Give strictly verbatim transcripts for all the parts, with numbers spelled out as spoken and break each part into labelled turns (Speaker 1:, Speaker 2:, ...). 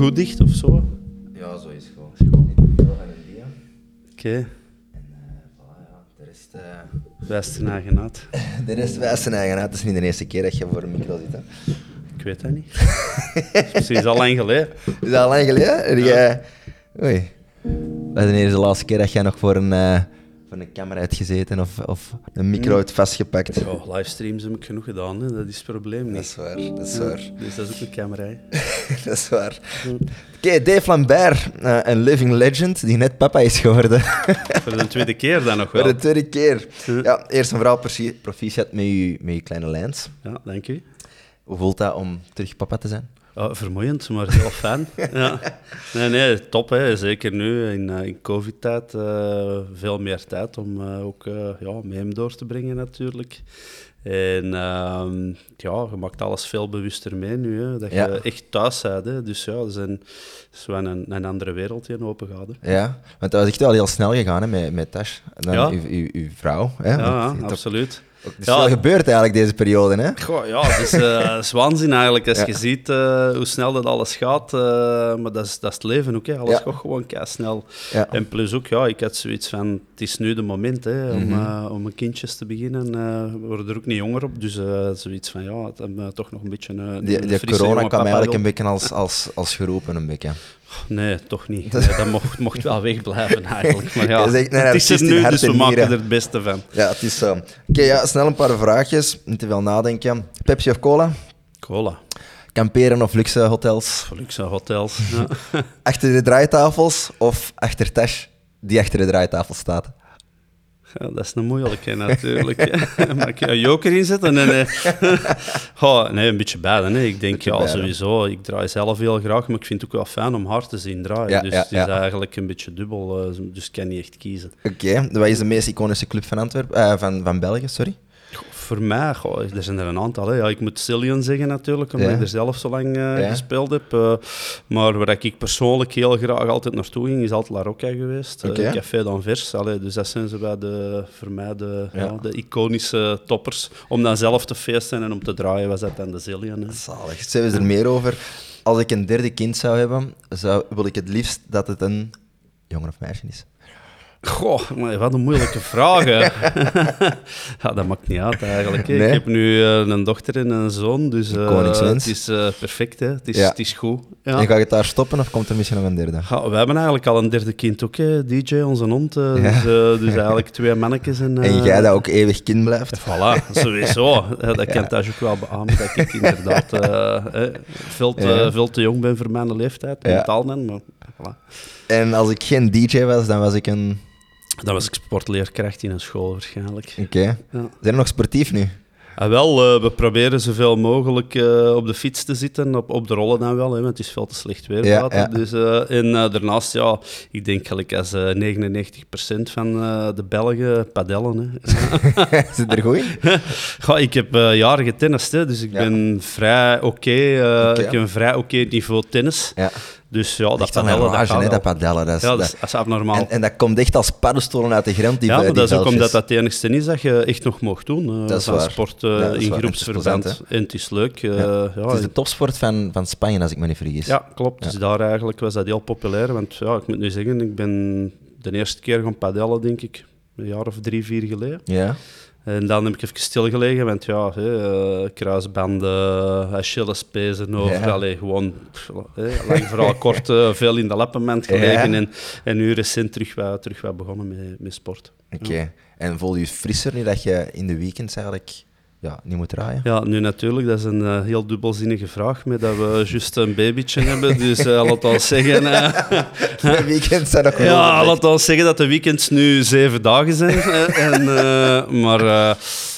Speaker 1: goed dicht of zo?
Speaker 2: Ja, zo is het gewoon.
Speaker 1: Is goed.
Speaker 2: Een van een dia.
Speaker 1: Oké, okay.
Speaker 2: En uh, voilà, ja, de rest... Uh...
Speaker 1: wijst zijn eigen uit.
Speaker 2: De rest wijst zijn eigen uit. Het is niet de eerste keer dat je voor een micro zit, hè.
Speaker 1: Ik weet dat niet. Dat is precies al lang geleden.
Speaker 2: Is dat al lang geleden? En
Speaker 1: Ja.
Speaker 2: jij... Oei. Dat is de laatste keer dat jij nog voor een, uh, voor een camera hebt gezeten of, of een micro hebt vastgepakt.
Speaker 1: Ja, livestreams heb ik genoeg gedaan, hè. Dat is het probleem niet.
Speaker 2: Dat is waar, dat is
Speaker 1: Ja,
Speaker 2: waar.
Speaker 1: dus dat is ook een camera, hè.
Speaker 2: Dat is waar. Oké, okay, Dave Lambert, uh, een living legend die net papa is geworden.
Speaker 1: Voor de tweede keer dan nog wel.
Speaker 2: Voor de tweede keer.
Speaker 1: Ja.
Speaker 2: Ja, eerst en vooral profi- proficiat met je, met je kleine Lance.
Speaker 1: Ja, dank u.
Speaker 2: Hoe voelt dat om terug papa te zijn?
Speaker 1: Oh, vermoeiend, maar heel fijn. Ja. Nee, nee, top. Hè. Zeker nu in, uh, in covid-tijd. Uh, veel meer tijd om uh, ook uh, ja, met hem door te brengen natuurlijk. En uh, ja, je maakt alles veel bewuster mee nu. Hè, dat
Speaker 2: Ja.
Speaker 1: je echt thuis bent. Hè. Dus ja, dat is, een, dat is wel een, een andere wereld die open gaat. Hè.
Speaker 2: Ja, want dat was echt wel heel snel gegaan hè, met, met Tash. En dan
Speaker 1: Ja.
Speaker 2: uw, uw, uw vrouw. Hè?
Speaker 1: Ja,
Speaker 2: Want-
Speaker 1: ja, absoluut.
Speaker 2: Er is
Speaker 1: Ja.
Speaker 2: veel gebeurd eigenlijk deze periode. Hè?
Speaker 1: Goh, ja, het is, uh, het is waanzin eigenlijk als
Speaker 2: Ja.
Speaker 1: je ziet uh, hoe snel dat alles gaat. Uh, maar dat is, dat is het leven ook, hè. Alles
Speaker 2: Ja.
Speaker 1: gaat gewoon keisnel.
Speaker 2: Ja.
Speaker 1: En plus ook, ja, ik had zoiets van, het is nu de moment hè, om,
Speaker 2: Mhm.
Speaker 1: uh, om een kindjes te beginnen. Uh, we worden er ook niet jonger op, dus uh, zoiets van, ja, het hebben we toch nog een beetje uh,
Speaker 2: Die,
Speaker 1: een
Speaker 2: die
Speaker 1: frisse
Speaker 2: corona
Speaker 1: jonge
Speaker 2: kwam
Speaker 1: papa
Speaker 2: eigenlijk een
Speaker 1: wil.
Speaker 2: beetje als, als, als geroepen. Een beetje.
Speaker 1: Nee, toch niet. Nee, dat mocht, mocht wel wegblijven eigenlijk. Maar ja,
Speaker 2: Je zegt, nee,
Speaker 1: het is er
Speaker 2: artiest in
Speaker 1: nu,
Speaker 2: hart
Speaker 1: dus we
Speaker 2: en
Speaker 1: maken
Speaker 2: nieren.
Speaker 1: er het beste van.
Speaker 2: Ja, het is zo. Oké, okay, ja, snel een paar vraagjes. Niet te veel nadenken. Pepsi of cola?
Speaker 1: Cola,
Speaker 2: Kamperen of luxe hotels?
Speaker 1: voor luxe hotels. Ja.
Speaker 2: Achter de draaitafels of achter Tash die achter de draaitafel staat?
Speaker 1: Ja, dat is een moeilijke natuurlijk. Mag ik een joker inzetten? Nee, nee. Oh, nee, een beetje beide. Nee. Ik denk, ja,
Speaker 2: beide.
Speaker 1: sowieso. Ik draai zelf heel graag, maar ik vind het ook wel fijn om hard te zien draaien.
Speaker 2: Ja,
Speaker 1: dus
Speaker 2: ja,
Speaker 1: het is
Speaker 2: ja.
Speaker 1: eigenlijk een beetje dubbel, uh, dus ik kan niet echt kiezen.
Speaker 2: Oké, okay. Wat is de meest iconische club van, Antwerpen, uh, van, van België? Sorry.
Speaker 1: Goh, voor mij, goh, er zijn er een aantal. Hè. Ja, ik moet Cillian zeggen natuurlijk, omdat
Speaker 2: Ja.
Speaker 1: ik er zelf zo lang uh,
Speaker 2: Ja.
Speaker 1: gespeeld heb. Uh, maar waar ik persoonlijk heel graag altijd naartoe ging, is altijd La Rocca geweest.
Speaker 2: Oké.
Speaker 1: Uh, Café d'Anvers. Allee, dus dat zijn zo bij de, voor mij de,
Speaker 2: Ja.
Speaker 1: ja, de iconische toppers. Om dan zelf te feesten en om te draaien was dat dan de Cillian. Hè.
Speaker 2: Zalig. Zeggen we er meer over. Als ik een derde kind zou hebben, zou, wil ik het liefst dat het een jongen of meisje is.
Speaker 1: Goh, maar wat een moeilijke vraag. Hè. Ja, dat maakt niet uit eigenlijk. Hè.
Speaker 2: Nee.
Speaker 1: Ik heb nu uh, een dochter en een zoon, dus uh,
Speaker 2: Koningswens.
Speaker 1: het is uh, perfect. Hè. Het, is,
Speaker 2: Ja.
Speaker 1: het is goed. Ja.
Speaker 2: En ga je het daar stoppen of komt er misschien nog een derde?
Speaker 1: Ja, we hebben eigenlijk al een derde kind ook, hè. D J, onze hond. Uh,
Speaker 2: Ja.
Speaker 1: dus, uh, dus eigenlijk twee mannetjes. En, uh,
Speaker 2: En jij dat ook eeuwig kind blijft?
Speaker 1: Voilà, sowieso. Ja, dat kan thuis ook wel beamen, dat ik inderdaad uh, eh, veel, te,
Speaker 2: Ja.
Speaker 1: veel te jong ben voor mijn leeftijd,
Speaker 2: Ja.
Speaker 1: mentaal dan, maar voilà.
Speaker 2: En als ik geen D J was, dan was ik een...
Speaker 1: Dan was ik sportleerkracht in een school waarschijnlijk.
Speaker 2: Oké.
Speaker 1: Ja.
Speaker 2: Zijn we nog sportief nu?
Speaker 1: Ah, wel, uh, we proberen zoveel mogelijk uh, op de fiets te zitten, op, op de rollen dan wel, hè, want het is veel te slecht weer
Speaker 2: Ja,
Speaker 1: buiten.
Speaker 2: ja.
Speaker 1: Dus, uh, en uh, daarnaast, ja, ik denk gelijk als uh, negenennegentig procent van uh, de Belgen padellen. Hè.
Speaker 2: Zit er goed in?
Speaker 1: Goh, ik heb uh, jaren getennist, hè, dus ik
Speaker 2: Ja.
Speaker 1: ben vrij oké. Okay, uh,
Speaker 2: Oké.
Speaker 1: Ik heb een vrij oké niveau tennis.
Speaker 2: Ja.
Speaker 1: Dus ja, dat
Speaker 2: Echt wel een
Speaker 1: padellen, dat
Speaker 2: rage,
Speaker 1: gaat
Speaker 2: hè,
Speaker 1: wel.
Speaker 2: dat padellen. Dat is,
Speaker 1: Ja, dat
Speaker 2: dat-
Speaker 1: is, dat is abnormaal.
Speaker 2: en, en dat komt echt als paddenstoelen uit de grond, die
Speaker 1: ja, maar
Speaker 2: die
Speaker 1: dat is ook
Speaker 2: veldjes.
Speaker 1: omdat dat het enigste is dat je echt nog mag doen. Uh,
Speaker 2: Dat is
Speaker 1: van
Speaker 2: waar.
Speaker 1: sport uh,
Speaker 2: Ja, dat is
Speaker 1: in
Speaker 2: waar.
Speaker 1: groepsverband.
Speaker 2: Het is plezant,
Speaker 1: En het is leuk. Uh,
Speaker 2: Ja.
Speaker 1: ja.
Speaker 2: Het is de topsport van, van Spanje, als ik me niet vergis.
Speaker 1: Ja, klopt.
Speaker 2: Ja.
Speaker 1: Dus daar eigenlijk was dat heel populair. Want ja, ik moet nu zeggen, ik ben de eerste keer gaan padellen, denk ik, een jaar of drie, vier geleden.
Speaker 2: Ja.
Speaker 1: En dan heb ik even stilgelegen, want ja, hè, uh, kruisbanden, Achillespezen over,
Speaker 2: Ja.
Speaker 1: allee, gewoon pff, hè, lang vooral kort, uh, veel in de lappenmand gelegen
Speaker 2: Ja.
Speaker 1: en, en nu recent terug wat, terug wat begonnen met, met sport.
Speaker 2: Oké.
Speaker 1: Ja.
Speaker 2: En voel je je frisser nu dat je in de weekends eigenlijk ja, niet moet draaien?
Speaker 1: Ja, nu natuurlijk, dat is een uh, heel dubbelzinnige vraag, met dat we juist een babytje hebben, dus uh, laat ons zeggen... Uh,
Speaker 2: De weekends zijn ook wel
Speaker 1: ja,
Speaker 2: overleg.
Speaker 1: laat ons zeggen dat de weekends nu zeven dagen zijn, uh, en, uh, maar... Uh,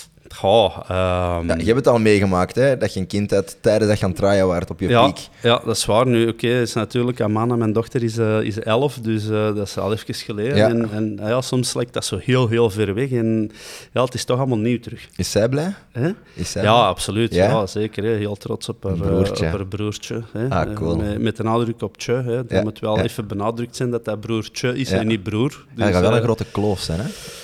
Speaker 1: goh, um,
Speaker 2: Ja, je hebt het al meegemaakt, hè? Dat je een kind had tijdens dat je aan het draaien waart op je
Speaker 1: Ja,
Speaker 2: piek.
Speaker 1: ja, dat is waar. Nu, oké, is natuurlijk, Amanda, mijn dochter, is, uh, is elf, dus uh, dat is al even geleden.
Speaker 2: Ja.
Speaker 1: En, en uh, ja, soms lijkt dat zo heel, heel ver weg. En ja, het is toch allemaal nieuw terug.
Speaker 2: Is zij blij?
Speaker 1: Hè?
Speaker 2: Is zij
Speaker 1: Ja, absoluut.
Speaker 2: Ja?
Speaker 1: Ja? zeker. Hè. Heel trots op haar
Speaker 2: Een
Speaker 1: uh,
Speaker 2: broertje.
Speaker 1: op haar broertje. Hè.
Speaker 2: Ah, cool.
Speaker 1: Uh, met, met de nadruk op tje. Hè. Dat
Speaker 2: Ja,
Speaker 1: moet wel
Speaker 2: ja.
Speaker 1: even benadrukt zijn dat dat broertje is
Speaker 2: Ja.
Speaker 1: en niet broer.
Speaker 2: Ja, dat gaat wel
Speaker 1: uh,
Speaker 2: een grote kloof zijn, hè?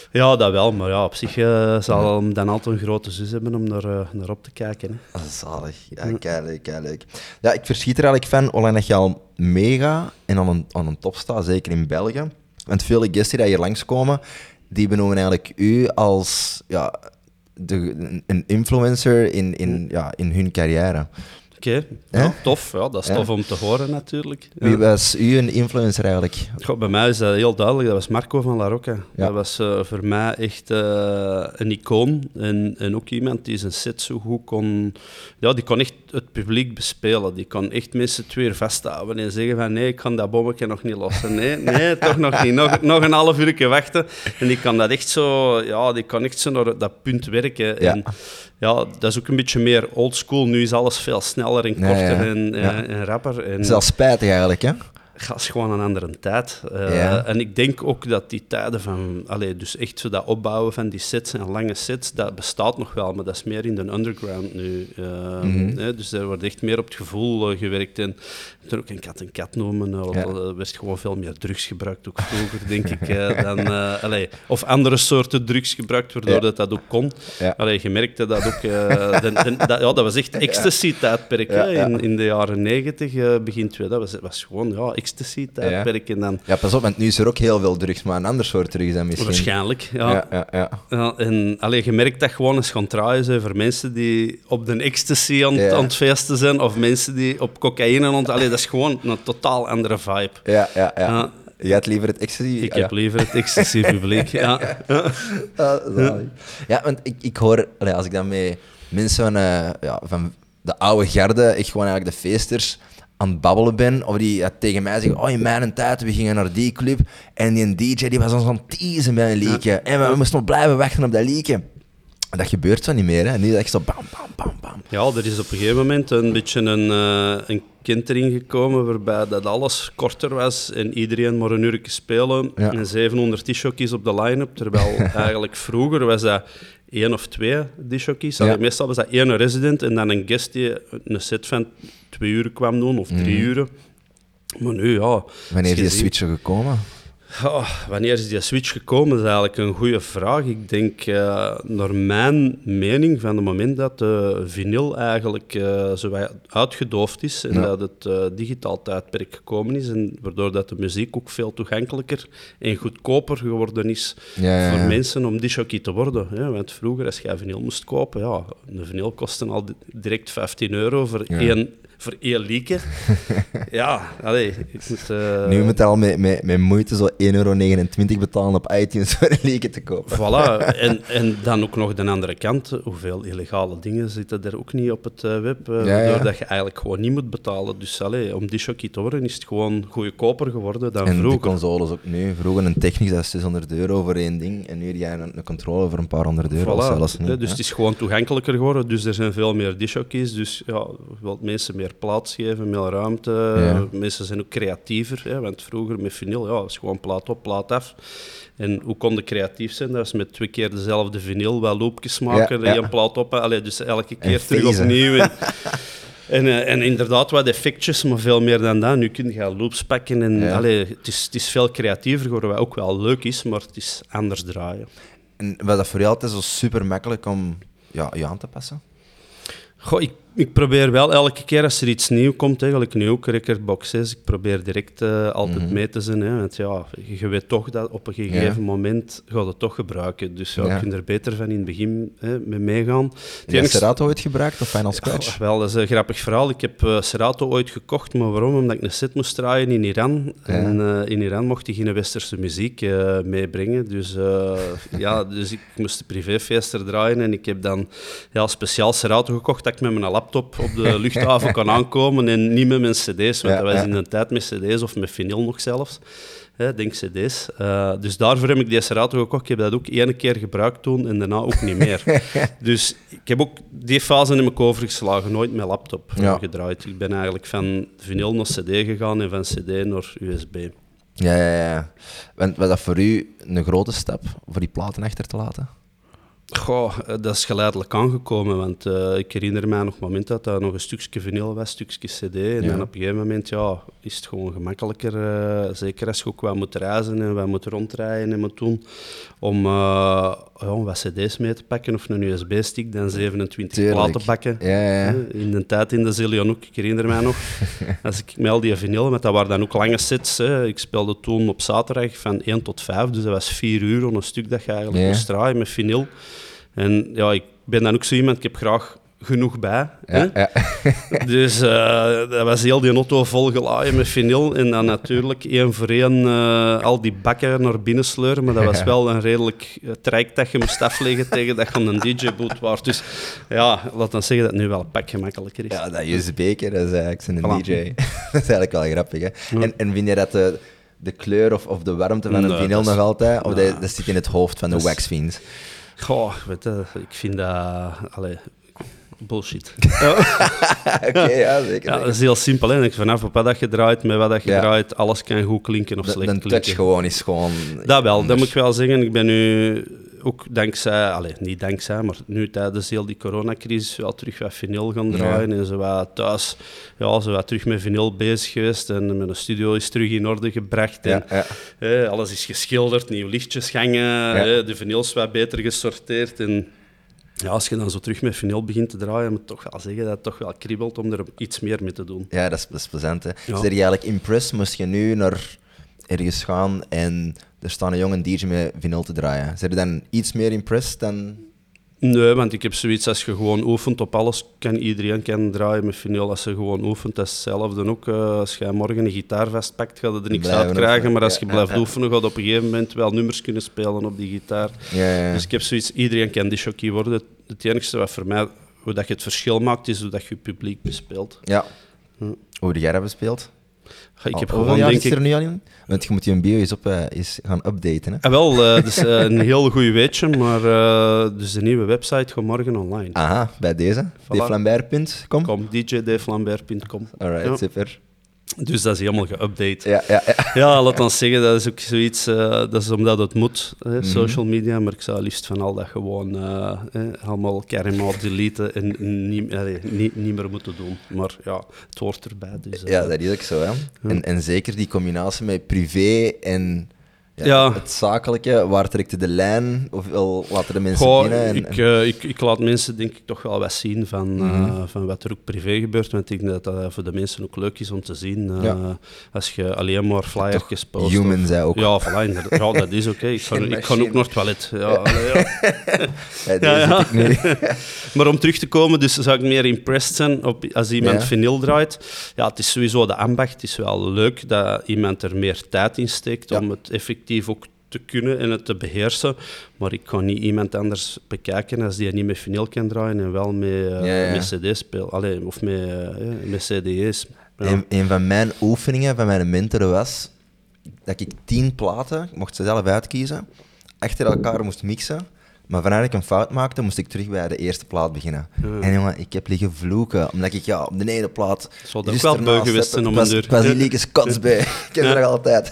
Speaker 1: Ja, dat wel, maar ja, op zich uh, zal hem dan altijd een grote zus hebben om naar, uh, naar op te kijken. Hè.
Speaker 2: Dat is zalig. Ja, keileuk, keileuk. Ja, ik verschiet er eigenlijk van, alleen dat je al mega en aan een, aan een top staat, zeker in België. Want veel gasten die hier langskomen, die benoemen eigenlijk u als ja, de, een influencer in, in, ja, in hun carrière.
Speaker 1: Oké, okay. ja, eh? tof. Ja, dat is ja. tof om te horen natuurlijk. Ja.
Speaker 2: Wie was u een influencer eigenlijk?
Speaker 1: God, bij mij is dat heel duidelijk. Dat was Marco van La Rocca. Ja. Dat was uh, voor mij echt uh, een icoon. En, en ook iemand die zijn set zo goed kon... Ja, die kon echt het publiek bespelen. Die kon echt mensen twee uur vasthouden en zeggen van nee, ik kan dat bommetje nog niet lossen. Nee, nee, toch nog niet. Nog, nog een half uurtje wachten. En die kan dat echt zo... Ja, die kan echt zo naar dat punt werken.
Speaker 2: Ja.
Speaker 1: En, ja, dat is ook een beetje meer oldschool. Nu is alles veel sneller en korter ja, ja. En, ja. En, en rapper. En,
Speaker 2: dat is wel spijtig eigenlijk, hè?
Speaker 1: Het is gewoon een andere tijd. Uh, ja. En ik denk ook dat die tijden van... Allee, dus echt zo dat opbouwen van die sets en lange sets, dat bestaat nog wel, maar dat is meer in de underground nu. Uh, mm-hmm. hè, dus er wordt echt meer op het gevoel uh, gewerkt. En er ook een kat en kat noemen. Uh, ja. Er werd gewoon veel meer drugs gebruikt, ook vroeger, denk ik. Uh, dan, uh, allee, of andere soorten drugs gebruikt, waardoor ja. dat, dat ook kon. Ja. Allee, je merkte dat ook... Uh, de, de, dat, ja, dat was echt ecstasy-tijdperk ja. Ja. In, in de jaren negentig, uh, begin tweeduizend. Dat was, was gewoon... Ja, ecstasy-tijdperk. Ja. En dan...
Speaker 2: ja, pas op, want nu is er ook heel veel drugs, maar een ander soort drugs dan misschien.
Speaker 1: Waarschijnlijk, ja.
Speaker 2: ja, ja, ja.
Speaker 1: ja en allee, je merkt dat gewoon eens gaan draaien zijn voor mensen die op de ecstasy aan, ja. aan het feesten zijn, of mensen die op cocaïne aan het... Allee, dat is gewoon een totaal andere vibe.
Speaker 2: Ja, ja, ja. Uh, Jij hebt liever het ecstasy...
Speaker 1: Ik heb ja. liever het ecstasy-publiek, ja. ja.
Speaker 2: Ja, ja. ja, want ik, ik hoor, allee, als ik dan met mensen van, uh, ja, van de oude garde, echt gewoon eigenlijk de feesters... aan het babbelen ben, of die ja, tegen mij zeggen, oh, in mijn tijd, we gingen naar die club, en die D J die was ons aan het teasen bij een liedje, ja. en we, we moesten nog blijven wachten op dat liedje. Dat gebeurt zo niet meer, hè. Nu is het echt zo bam, bam, bam, bam.
Speaker 1: Ja, er is op een gegeven moment een beetje een, uh, een kentering gekomen, waarbij dat alles korter was, en iedereen maar een uurtje spelen, ja. en zevenhonderd discjockeys op de line-up, terwijl eigenlijk vroeger was dat één of twee discjockeys. Ja. Meestal was dat één resident en dan een guest die een set van twee uur kwam doen, of drie mm. uur. Maar nu, ja...
Speaker 2: Wanneer is die switch gekomen?
Speaker 1: Oh, wanneer is die switch gekomen, is eigenlijk een goede vraag. Ik denk, uh, naar mijn mening, van het moment dat de vinyl eigenlijk uh, zo uitgedoofd is en ja. dat het uh, digitaal tijdperk gekomen is, en waardoor dat de muziek ook veel toegankelijker en goedkoper geworden is ja, ja, ja. voor mensen om discjockey te worden. Ja, want vroeger, als je vinyl moest kopen, ja, een vinyl kostte al direct vijftien euro voor ja. één... Voor één liedje. ja, allee, ik moet... Uh...
Speaker 2: Nu moet je al met, met, met moeite zo één euro negenentwintig betalen op iTunes voor een liedje te kopen.
Speaker 1: Voilà, en, en dan ook nog de andere kant. Hoeveel illegale dingen zitten er ook niet op het uh, web, uh, ja, ja. doordat je eigenlijk gewoon niet moet betalen. Dus allee, om discjockey te worden is het gewoon goedkoper geworden dan
Speaker 2: en
Speaker 1: vroeger.
Speaker 2: En de consoles ook nu. Vroeger een technisch, dat is zeshonderd euro voor één ding. En nu heb jij een, een controle voor een paar honderd euro.
Speaker 1: Voilà,
Speaker 2: zelfs niet,
Speaker 1: dus hè? Het is gewoon toegankelijker geworden. Dus er zijn veel meer discjockeys. Dus ja, wat mensen meer plaats geven, meer ruimte. Ja. Mensen zijn ook creatiever, hè, want vroeger met vinyl, ja, was gewoon plaat op, plaat af. En hoe kon je creatief zijn? Dat is met twee keer dezelfde vinyl, wel loopjes maken, ja, ja. één plaat op. Allee, dus elke keer terug opnieuw. En, en, uh, en inderdaad wat effectjes, maar veel meer dan dat. Nu kun je loops pakken en ja. allee, het, is, het is veel creatiever geworden, wat ook wel leuk is, maar het is anders draaien.
Speaker 2: En was dat voor jou altijd zo super makkelijk om ja, je aan te passen?
Speaker 1: Goh, ik, ik probeer wel elke keer als er iets nieuws komt, eigenlijk nu ook Recordbox is, ik probeer direct uh, altijd mm-hmm. mee te zijn. Hè, want ja, je, je weet toch dat op een gegeven ja. moment gaat het toch gebruiken. Dus ja, ja. je kunt er beter van in het begin hè, mee meegaan.
Speaker 2: Heb je Serato ooit gebruikt of Final Scratch?
Speaker 1: Ja, wel, dat is een grappig verhaal. Ik heb uh, Serato ooit gekocht, maar waarom? Omdat ik een set moest draaien in Iran. Ja. En uh, in Iran mocht ik geen westerse muziek uh, meebrengen. Dus, uh, ja, dus ik moest de privéfeester draaien en ik heb dan ja, speciaal Serato gekocht dat ik met mijn laptop op de luchthaven kan aankomen en niet met mijn cd's, want ja, dat was ja. in de tijd met cd's of met vinyl nog zelfs. Hè, denk cd's. Uh, dus daarvoor heb ik die Serato gekocht. Ik heb dat ook één keer gebruikt toen en daarna ook niet meer. Dus ik heb ook die fase in mijn overgeslagen, nooit met laptop ja. gedraaid. Ik ben eigenlijk van vinyl naar cd gegaan en van cd naar U S B.
Speaker 2: Ja, ja, ja. Want was dat voor u een grote stap, voor die platen achter te laten?
Speaker 1: Goh, dat is geleidelijk aangekomen, want uh, ik herinner mij nog een moment dat dat nog een stukje vinyl was, een stukje cd. En ja. dan op een gegeven moment ja, is het gewoon gemakkelijker, uh, zeker als je ook wat moet reizen en wat moet rondrijden en moet doen, om uh, ja, wat cd's mee te pakken of een U S B-stick, dan zevenentwintig platenbakken.
Speaker 2: Ja, ja.
Speaker 1: In de tijd in de Zillion ook, ik herinner mij nog, als ik met al die vinyl, met dat waren dan ook lange sets. Hè. Ik speelde toen op zaterdag van één tot vijf, dus dat was vier uur op een stuk dat je eigenlijk
Speaker 2: ja.
Speaker 1: moest draaien met vinyl. En ja, ik ben dan ook zo iemand, ik heb graag genoeg bij.
Speaker 2: Ja, ja.
Speaker 1: Dus uh, dat was heel die auto volgeladen met vinyl. En dan natuurlijk één voor één uh, al die bakken naar binnen sleuren. Maar dat was wel een redelijk uh, traject dat je moest afleggen tegen dat je een D J-boot was. Dus ja, laat dan zeggen dat het nu wel een pak gemakkelijker is.
Speaker 2: Ja, dat U S B-ker, dat is eigenlijk zo'n voilà. D J. Dat is eigenlijk wel grappig, hè? Ja. En, en vind je dat de, de kleur of, of de warmte van een nee, vinyl nog is, altijd? Of nee, dat, dat zit in het hoofd van de wax fiends?
Speaker 1: Goh, weet je, ik vind dat... Allee, bullshit.
Speaker 2: Oké, okay, ja, zeker.
Speaker 1: Ja, dat is heel simpel. Hè. Vanaf op wat dat je draait, met wat dat je ja. draait, alles kan goed klinken of
Speaker 2: de,
Speaker 1: slecht
Speaker 2: de
Speaker 1: klinken.
Speaker 2: touch gewoon is gewoon...
Speaker 1: Dat wel, dat moet ik wel zeggen. Ik ben nu ook dankzij... Allee, niet dankzij, maar nu tijdens heel die coronacrisis wel terug wat vinyl gaan draaien. Ja. En zo wat thuis, ja, zo wat terug met vinyl bezig geweest. En mijn studio is terug in orde gebracht. En,
Speaker 2: ja, ja.
Speaker 1: Hè, alles is geschilderd, nieuwe lichtjes hangen. Ja. Hè, de vinyls wat beter gesorteerd. En ja, als je dan zo terug met vinyl begint te draaien, moet ik toch wel zeggen dat het toch wel kriebelt om er iets meer mee te doen.
Speaker 2: Ja, dat is, dat is plezant. Hè. Ja. Is er eigenlijk impressed, moest je nu naar ergens gaan en er staat een jonge D J met vinyl te draaien. Zijn je dan iets meer impressed dan...
Speaker 1: Nee, want ik heb zoiets, als je gewoon oefent op alles, kan iedereen kan draaien met vinyl. Als je gewoon oefent, dat is hetzelfde ook. Uh, als je morgen een gitaar vastpakt, ga je er niks Blijven uit krijgen. Oefenen. Maar als je ja, blijft ja, ja. oefenen, ga je op een gegeven moment wel nummers kunnen spelen op die gitaar.
Speaker 2: Ja, ja.
Speaker 1: Dus ik heb zoiets, iedereen kan disjockey worden. Het enige wat voor mij, hoe dat je het verschil maakt, is hoe dat je je publiek bespeelt.
Speaker 2: Ja. Hm. Hoe heb jij dat bespeeld?
Speaker 1: Ik heb
Speaker 2: oh,
Speaker 1: gewoon,
Speaker 2: denk
Speaker 1: denk
Speaker 2: ik... er
Speaker 1: nu
Speaker 2: al in? Want je moet je bio eens, op, uh, eens gaan updaten. Hè?
Speaker 1: Ah, wel, uh, dat is uh, een heel goed weetje, maar uh, dus de nieuwe website gaat morgen online.
Speaker 2: Aha, bij deze. Voilà. d flambert punt com?
Speaker 1: Kom, d j d flambert punt com.
Speaker 2: Alright, ja. Super.
Speaker 1: Dus dat is helemaal geüpdate.
Speaker 2: Ja, ja, ja.
Speaker 1: ja, laat ons zeggen, dat is ook zoiets, uh, dat is omdat het moet, hè, mm-hmm. social media, maar ik zou liefst van al dat gewoon uh, eh, allemaal carrément deleten en niet, allee, niet, niet meer moeten doen. Maar ja, het hoort erbij. Dus, uh,
Speaker 2: ja, dat is ook zo. Hè? Ja. En, en zeker die combinatie met privé en... Ja,
Speaker 1: ja.
Speaker 2: Het zakelijke, waar trekt je de lijn? Of laten de mensen
Speaker 1: Goh,
Speaker 2: binnen? En,
Speaker 1: ik, uh, ik, ik laat mensen denk ik toch wel wat zien van, mm-hmm. uh, van wat er ook privé gebeurt. Want ik denk dat dat voor de mensen ook leuk is om te zien. Uh, ja. Als je alleen maar flyertjes post.
Speaker 2: Human zijn ook.
Speaker 1: Ja, voilà, ja, dat is oké. Okay. Ik, ik ga ook naar het toilet. Ja, allee, ja.
Speaker 2: ja, ja, ja. Ik nu.
Speaker 1: Maar om terug te komen, dus zou ik meer impressed zijn op, als iemand ja. vinyl draait. Ja, het is sowieso de ambacht. Het is wel leuk dat iemand er meer tijd in steekt ja. om het effectief ook te kunnen en het te beheersen. Maar ik kan niet iemand anders bekijken als die niet met vinyl kan draaien en wel met, uh, ja, ja. met cd spelen. Allee, of met, uh, met cd's. Ja.
Speaker 2: Een, een van mijn oefeningen van mijn mentor was dat ik tien platen, ik mocht ze zelf uitkiezen, achter elkaar moest mixen. Maar vanuit ik een fout maakte, moest ik terug bij de eerste plaat beginnen. Ja. En jongen, ik heb liggen vloeken, omdat ik ja, op de ene plaat...
Speaker 1: Zou dat ook wel beu geweest zijn om een deur.
Speaker 2: Ik was die leekjes kans bij. Ik heb ja. er nog altijd.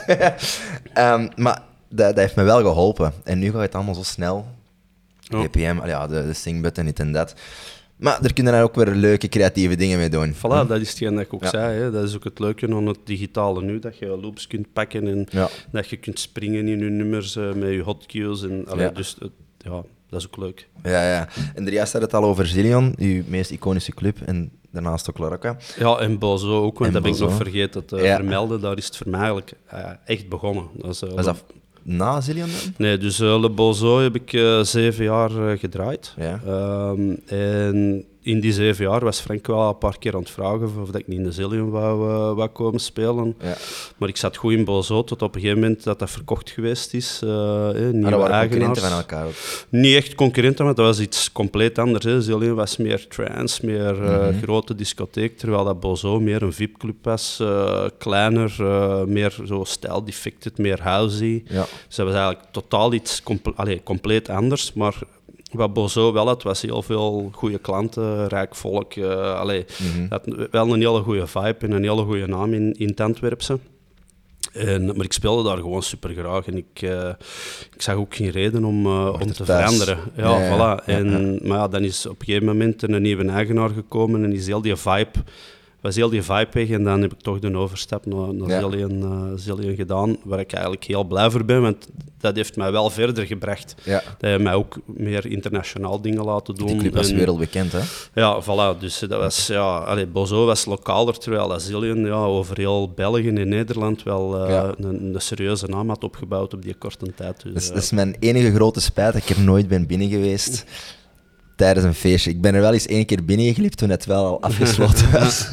Speaker 2: um, maar dat, dat heeft me wel geholpen. En nu gaat het allemaal zo snel. Oh. B P M, ja, de, de sing-button, dit en dat. Maar er kunnen daar ook weer leuke, creatieve dingen mee doen.
Speaker 1: Voilà, hm? Dat is hetgeen dat ik ook ja. zei. Hè. Dat is ook het leuke aan het digitale nu, dat je loops kunt pakken en ja. dat je kunt springen in je nummers uh, met je hotkeys. En, allee, ja. Dus uh, ja, dat is ook leuk.
Speaker 2: Ja, ja. En daarjuist had het al over Zillion, uw meest iconische club, en daarnaast ook La Rocca.
Speaker 1: Ja, en Bozo ook, want en dat ben ik nog vergeten te uh, ja. vermelden. Daar is het voor mij eigenlijk uh, echt begonnen. Dat is, uh,
Speaker 2: was dat na Zillion dan?
Speaker 1: Nee, dus uh, Le Bozo heb ik uh, zeven jaar uh, gedraaid.
Speaker 2: Ja.
Speaker 1: Um, en in die zeven jaar was Frank wel een paar keer aan het vragen of, of dat ik niet in de Zillion wou, uh, wou komen spelen.
Speaker 2: Ja.
Speaker 1: Maar ik zat goed in Bozo tot op een gegeven moment dat dat verkocht geweest is. Uh, eh, nieuwe
Speaker 2: maar dat waren
Speaker 1: eigenaars.
Speaker 2: concurrenten van elkaar ook?
Speaker 1: Niet echt concurrenten, maar dat was iets compleet anders. Hè. Zillion was meer trance, meer uh, mm-hmm. grote discotheek, terwijl dat Bozo meer een V I P-club was. Uh, kleiner, uh, meer zo stijl-defected, meer housey.
Speaker 2: Ja.
Speaker 1: Dus dat was eigenlijk totaal iets comple- allee, compleet anders, maar... Wat Bozo wel had, was heel veel goede klanten, rijk volk. Uh, allee,
Speaker 2: mm-hmm.
Speaker 1: had wel een hele goede vibe en een hele goede naam in, in het Antwerpse. En, maar ik speelde daar gewoon super graag en ik, uh, ik zag ook geen reden om, uh, om te
Speaker 2: thuis.
Speaker 1: veranderen. Ja,
Speaker 2: ja,
Speaker 1: voilà.
Speaker 2: Ja,
Speaker 1: en,
Speaker 2: ja.
Speaker 1: Maar ja, dan is op een gegeven moment een nieuwe eigenaar gekomen en is heel die vibe, was heel die vibe weg. En dan heb ik toch de overstap naar, naar
Speaker 2: Ja.
Speaker 1: Zillion, uh, Zillion gedaan, waar ik eigenlijk heel blij voor ben, want dat heeft mij wel verder gebracht.
Speaker 2: Ja.
Speaker 1: Dat heeft mij ook meer internationaal dingen laten doen.
Speaker 2: Die club was
Speaker 1: en,
Speaker 2: wereldbekend, hè?
Speaker 1: Ja, voilà. Dus dat was, ja, allee, Bozo was lokaler, terwijl dat Zillion ja, over heel België en Nederland wel uh,
Speaker 2: Ja.
Speaker 1: een, een serieuze naam had opgebouwd op die korte tijd. Dus,
Speaker 2: Dat is,
Speaker 1: uh,
Speaker 2: dat is mijn enige grote spijt, dat ik er nooit ben binnen geweest tijdens een feestje. Ik ben er wel eens één keer binnengeglipt toen het wel al afgesloten was.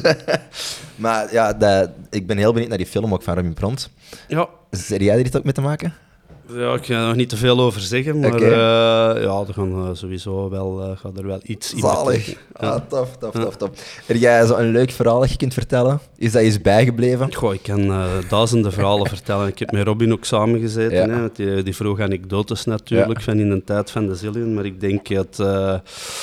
Speaker 2: Maar ja, dat, ik ben heel benieuwd naar die film ook van Robin Pront.
Speaker 1: ja,
Speaker 2: Heb jij er iets ook mee te maken?
Speaker 1: ja, ik ga er nog niet te veel over zeggen, maar
Speaker 2: Oké.
Speaker 1: uh, ja, er gaan uh, sowieso wel, uh, gaat er wel iets in
Speaker 2: Zalig.
Speaker 1: betekenen. Ja.
Speaker 2: Ah, tof, tof, tof, tof. Heb jij zo een leuk verhaal dat je kunt vertellen? Is dat eens bijgebleven?
Speaker 1: Goh, ik kan uh, duizenden verhalen vertellen. Ik heb met Robin ook samengezeten.
Speaker 2: Ja.
Speaker 1: Hè, want die, die vroeg anekdotes natuurlijk
Speaker 2: Ja.
Speaker 1: van in de tijd van de Zillion. Maar ik denk dat uh,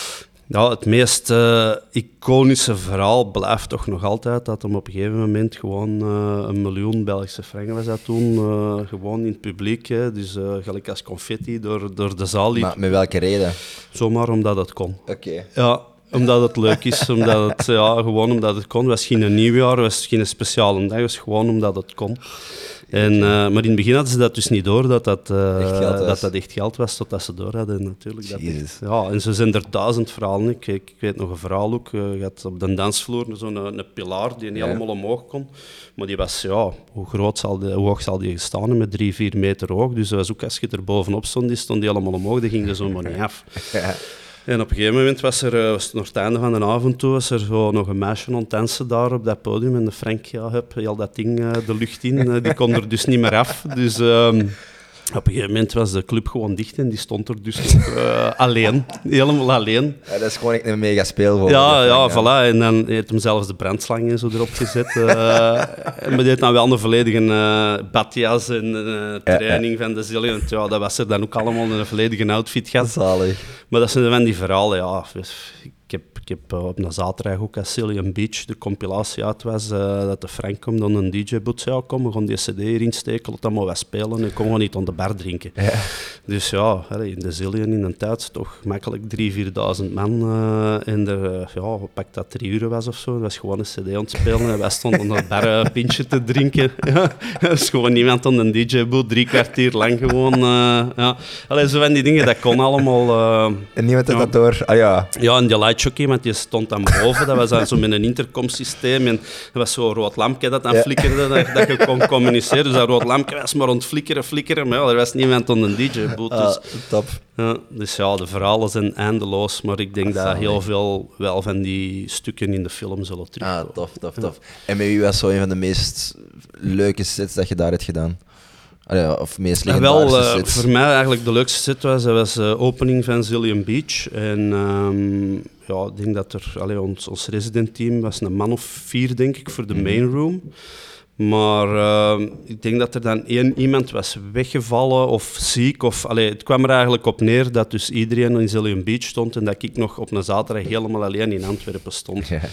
Speaker 1: ja, het meest uh, iconische verhaal blijft toch nog altijd dat hem op een gegeven moment gewoon uh, een miljoen Belgische franken was dat toen. Uh, gewoon in het publiek. Hè, dus uh, gelijk als confetti door, door de zaal liep.
Speaker 2: Maar met welke reden?
Speaker 1: Zomaar omdat het kon.
Speaker 2: Oké.
Speaker 1: Ja, omdat het leuk is, omdat het, ja, gewoon omdat het kon. Het was geen nieuwjaar, het was geen speciale dag, het was gewoon omdat het kon. En, uh, maar in het begin hadden ze dat dus niet door, dat dat, uh,
Speaker 2: Echt geld was.
Speaker 1: dat, dat echt geld was, totdat ze door hadden natuurlijk. Dat
Speaker 2: Jezus.
Speaker 1: echt, ja, en zo zijn er duizend verhalen. Ik, ik, ik weet nog een verhaal ook, uh, je had op de dansvloer zo'n een, een pilaar die niet
Speaker 2: Ja.
Speaker 1: helemaal omhoog kon. Maar die was, ja, hoe, groot zal die, hoe hoog zal die gestaan hebben? Met drie, vier meter hoog. Dus dat was ook als je er bovenop stond, die stond die helemaal omhoog, die ging er zomaar niet af.
Speaker 2: Ja.
Speaker 1: En op een gegeven moment was er, uh, was het nog het einde van de avond toe, was er zo nog een meisje aan het dansen daar op dat podium. En de Frank, ja, hup, heel dat ding uh, de lucht in. Uh, die kon er dus niet meer af. Dus um, op een gegeven moment was de club gewoon dicht en die stond er dus nog, uh, alleen. Helemaal alleen.
Speaker 2: Ja, dat is gewoon echt een mega speelvol.
Speaker 1: Ja, ja, voilà. En dan heeft hem zelfs de brandslang en zo erop gezet. Uh, maar die heeft dan wel een volledige uh, badjas en uh, training van de Zillion. Ja, dat was er dan ook allemaal in een volledige outfit gehad.
Speaker 2: Zalig.
Speaker 1: Maar dat zijn van die verhalen, ja. Ik heb, ik heb uh, op een zaterdag ook als Zillion Beach de compilatie uit was, uh, dat de Frank komt dan een D J-boot zei, ja, kom, we gaan die cd hierin steken, laat dat maar wat spelen en kom gewoon niet aan de bar drinken.
Speaker 2: Ja.
Speaker 1: Dus ja, in de Zillion in een tijd toch makkelijk drieduizend, vierduizend man uh, en er, uh, ja, pak dat drie uur was of zo, dat was gewoon een cd aan het spelen en wij stonden aan de bar een pintje te drinken. Ja. Er is gewoon niemand aan een D J-boot, drie kwartier lang gewoon. Uh, ja. Allee, zo van die dingen, dat kon allemaal. Uh,
Speaker 2: En niemand had
Speaker 1: ja.
Speaker 2: dat door. Ah ja.
Speaker 1: Ja, en die lightjockey, want die stond dan boven. Dat was dan zo met een intercomsysteem. En er was zo'n rood lampje dat dan
Speaker 2: Ja.
Speaker 1: flikkerde, dat, dat je kon communiceren. Dus dat rood lampje was maar aan het flikkeren, flikkeren. Maar ja, er was niemand aan een D J-boot. Dus,
Speaker 2: Ah, top.
Speaker 1: ja, dus ja, de verhalen zijn eindeloos. Maar ik denk
Speaker 2: Ah,
Speaker 1: dat
Speaker 2: zalig.
Speaker 1: heel veel wel van die stukken in de film zullen terugkomen.
Speaker 2: Ah, tof, tof, tof. En met wie was zo een van de meest leuke sets dat je daar hebt gedaan? Allee, of meest
Speaker 1: Ja,
Speaker 2: legendarische
Speaker 1: wel, uh,
Speaker 2: sets?
Speaker 1: voor mij eigenlijk de leukste set was, dat was de opening van Zillion Beach. En um, ja, ik denk dat er, allee, ons, ons resident team was een man of vier, denk ik, voor de main room. Maar uh, ik denk dat er dan één iemand was weggevallen of ziek. Of, allee, het kwam er eigenlijk op neer dat dus iedereen in Zillion Beach stond en dat ik nog op een zaterdag helemaal alleen in Antwerpen stond.
Speaker 2: Ja.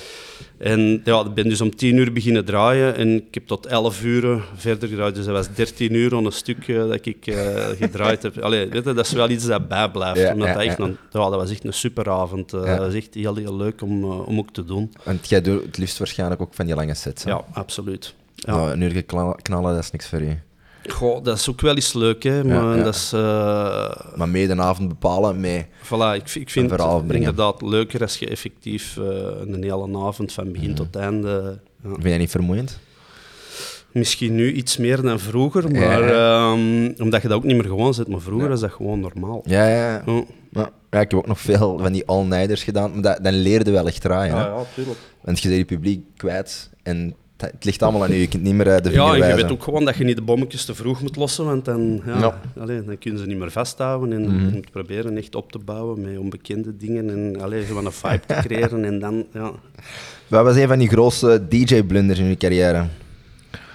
Speaker 1: En ja, ik ben dus om tien uur beginnen draaien en ik heb tot elf uur verder gedraaid. Dus dat was dertien uur aan een stuk uh, dat ik uh, gedraaid heb. Allee, weet je, dat is wel iets dat bijblijft.
Speaker 2: Ja,
Speaker 1: omdat
Speaker 2: ja,
Speaker 1: dat, echt
Speaker 2: ja.
Speaker 1: een, ja, dat was echt een superavond. Uh,
Speaker 2: Ja.
Speaker 1: Dat was echt heel, heel leuk om, uh, om ook te doen.
Speaker 2: Want jij doet het liefst waarschijnlijk ook van die lange sets. Hè?
Speaker 1: Ja, absoluut. Ja.
Speaker 2: Nou, een uur knallen, knallen, dat is niks voor u.
Speaker 1: Goh, dat is ook wel eens leuk, hè. Maar
Speaker 2: ja.
Speaker 1: dat is... Uh,
Speaker 2: Maar mee de avond bepalen, mee...
Speaker 1: Voilà, ik, ik vind
Speaker 2: Een verhaal
Speaker 1: het
Speaker 2: brengen.
Speaker 1: inderdaad leuker als je effectief uh, een hele avond van begin tot einde... Ja.
Speaker 2: Vind jij niet vermoeiend?
Speaker 1: Misschien nu iets meer dan vroeger, maar
Speaker 2: Ja.
Speaker 1: um, omdat je dat ook niet meer gewoon zit. Maar vroeger
Speaker 2: Ja.
Speaker 1: is dat gewoon normaal.
Speaker 2: Ja, ja. ja.
Speaker 1: Ja,
Speaker 2: Ja, ja, ik heb ook nog veel van die all-nighters gedaan, maar dat, dan leerde je wel echt draaien. Hè?
Speaker 1: ja, ja, tuurlijk.
Speaker 2: Want je bent je publiek kwijt en het, het ligt allemaal aan u. Je kunt niet meer uh, de vinger
Speaker 1: Ja, en je
Speaker 2: wijzen.
Speaker 1: weet ook gewoon dat je niet de bommetjes te vroeg moet lossen, want dan, ja,
Speaker 2: Ja.
Speaker 1: allee, dan kunnen ze niet meer vasthouden. En
Speaker 2: Mhm.
Speaker 1: je moet proberen echt op te bouwen met onbekende dingen en allee, gewoon een vibe te creëren. En dan, ja.
Speaker 2: Wat was een van die grootste D J-blunders in je carrière?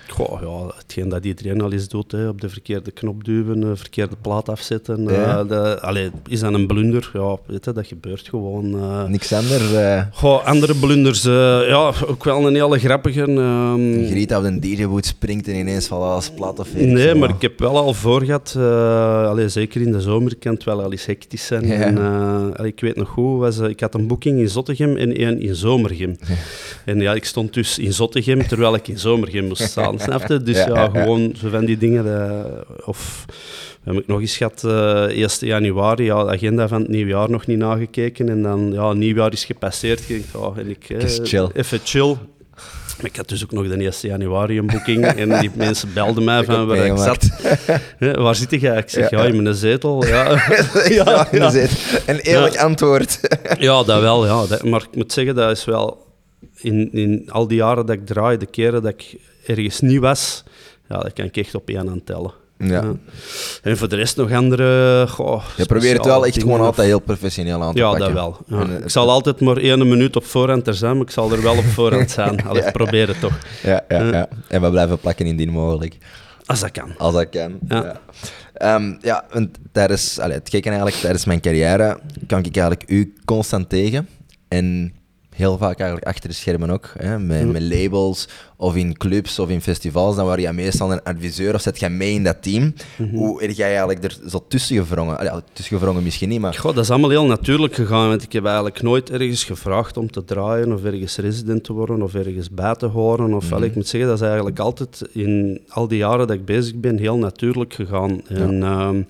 Speaker 1: Goh, ja, hetgeen dat iedereen al eens doet, hè, op de verkeerde knop duwen, de verkeerde plaat afzetten.
Speaker 2: Ja.
Speaker 1: Uh, de, allee, is dat een blunder? Ja, weet je, dat gebeurt gewoon. Uh,
Speaker 2: Niks anders? Uh...
Speaker 1: Goh, andere blunders, uh, ja, ook wel een hele grappige. Um,
Speaker 2: Griet op een D J-boot springt en ineens valt alles plat of
Speaker 1: Nee,
Speaker 2: zo.
Speaker 1: maar ik heb wel al voor gehad, uh, allee, zeker in de zomer kan het wel al eens hectisch zijn.
Speaker 2: Ja.
Speaker 1: En, uh, allee, ik weet nog goed, was, uh, ik had een boeking in Zottegem en één in Zomergem. Ja. En ja, ik stond dus in Zottegem terwijl ik in Zomergem moest staan, snap je? Dus ja, ja, ja, gewoon zo van die dingen. Uh, of we hebben ik nog eens gehad, uh, eerste januari, ja, de agenda van het nieuwjaar nog niet nagekeken. En dan, ja, nieuwjaar is gepasseerd. Ik denk, oh, en ik, uh,
Speaker 2: chill.
Speaker 1: Even chill. Maar ik had dus ook nog de eerste januari een boeking en die mensen belden mij van waar ik zat. Ja, waar zit jij? Ik zeg, ja, ja in mijn zetel. Ja,
Speaker 2: ja, ja, ja. Een eerlijk ja. antwoord.
Speaker 1: Ja, dat wel. Ja. Dat, maar ik moet zeggen, dat is wel... In, in al die jaren dat ik draai, de keren dat ik ergens niet was, ja, dat kan ik echt op één aan tellen. Ja. Ja. En voor de rest nog andere... Goh,
Speaker 2: je probeert het wel echt gewoon of... altijd heel professioneel aan te
Speaker 1: ja,
Speaker 2: pakken.
Speaker 1: Ja, dat wel. Ja. Ik zal altijd maar één minuut op voorhand er zijn, maar ik zal er wel op voorhand zijn. Allee, ja. probeer het toch.
Speaker 2: Ja, ja, ja. En we blijven plakken indien mogelijk.
Speaker 1: Als dat kan.
Speaker 2: Als dat kan,
Speaker 1: ja.
Speaker 2: Ja, um, ja want tijdens, allee, het gekke eigenlijk, tijdens mijn carrière kwam ik eigenlijk u constant tegen. En... heel vaak eigenlijk achter de schermen ook, hè, met, mm. met labels of in clubs of in festivals, dan waar je meestal een adviseur of zet je mee in dat team. Mm-hmm. Hoe heb jij eigenlijk er zo tussen gevrongen? Allee, tussen gevrongen misschien niet, maar...
Speaker 1: Goh, dat is allemaal heel natuurlijk gegaan, want ik heb eigenlijk nooit ergens gevraagd om te draaien of ergens resident te worden of ergens bij te horen. Of, mm-hmm. allee, ik moet zeggen, dat is eigenlijk altijd in al die jaren dat ik bezig ben heel natuurlijk gegaan. En... Ja. Um,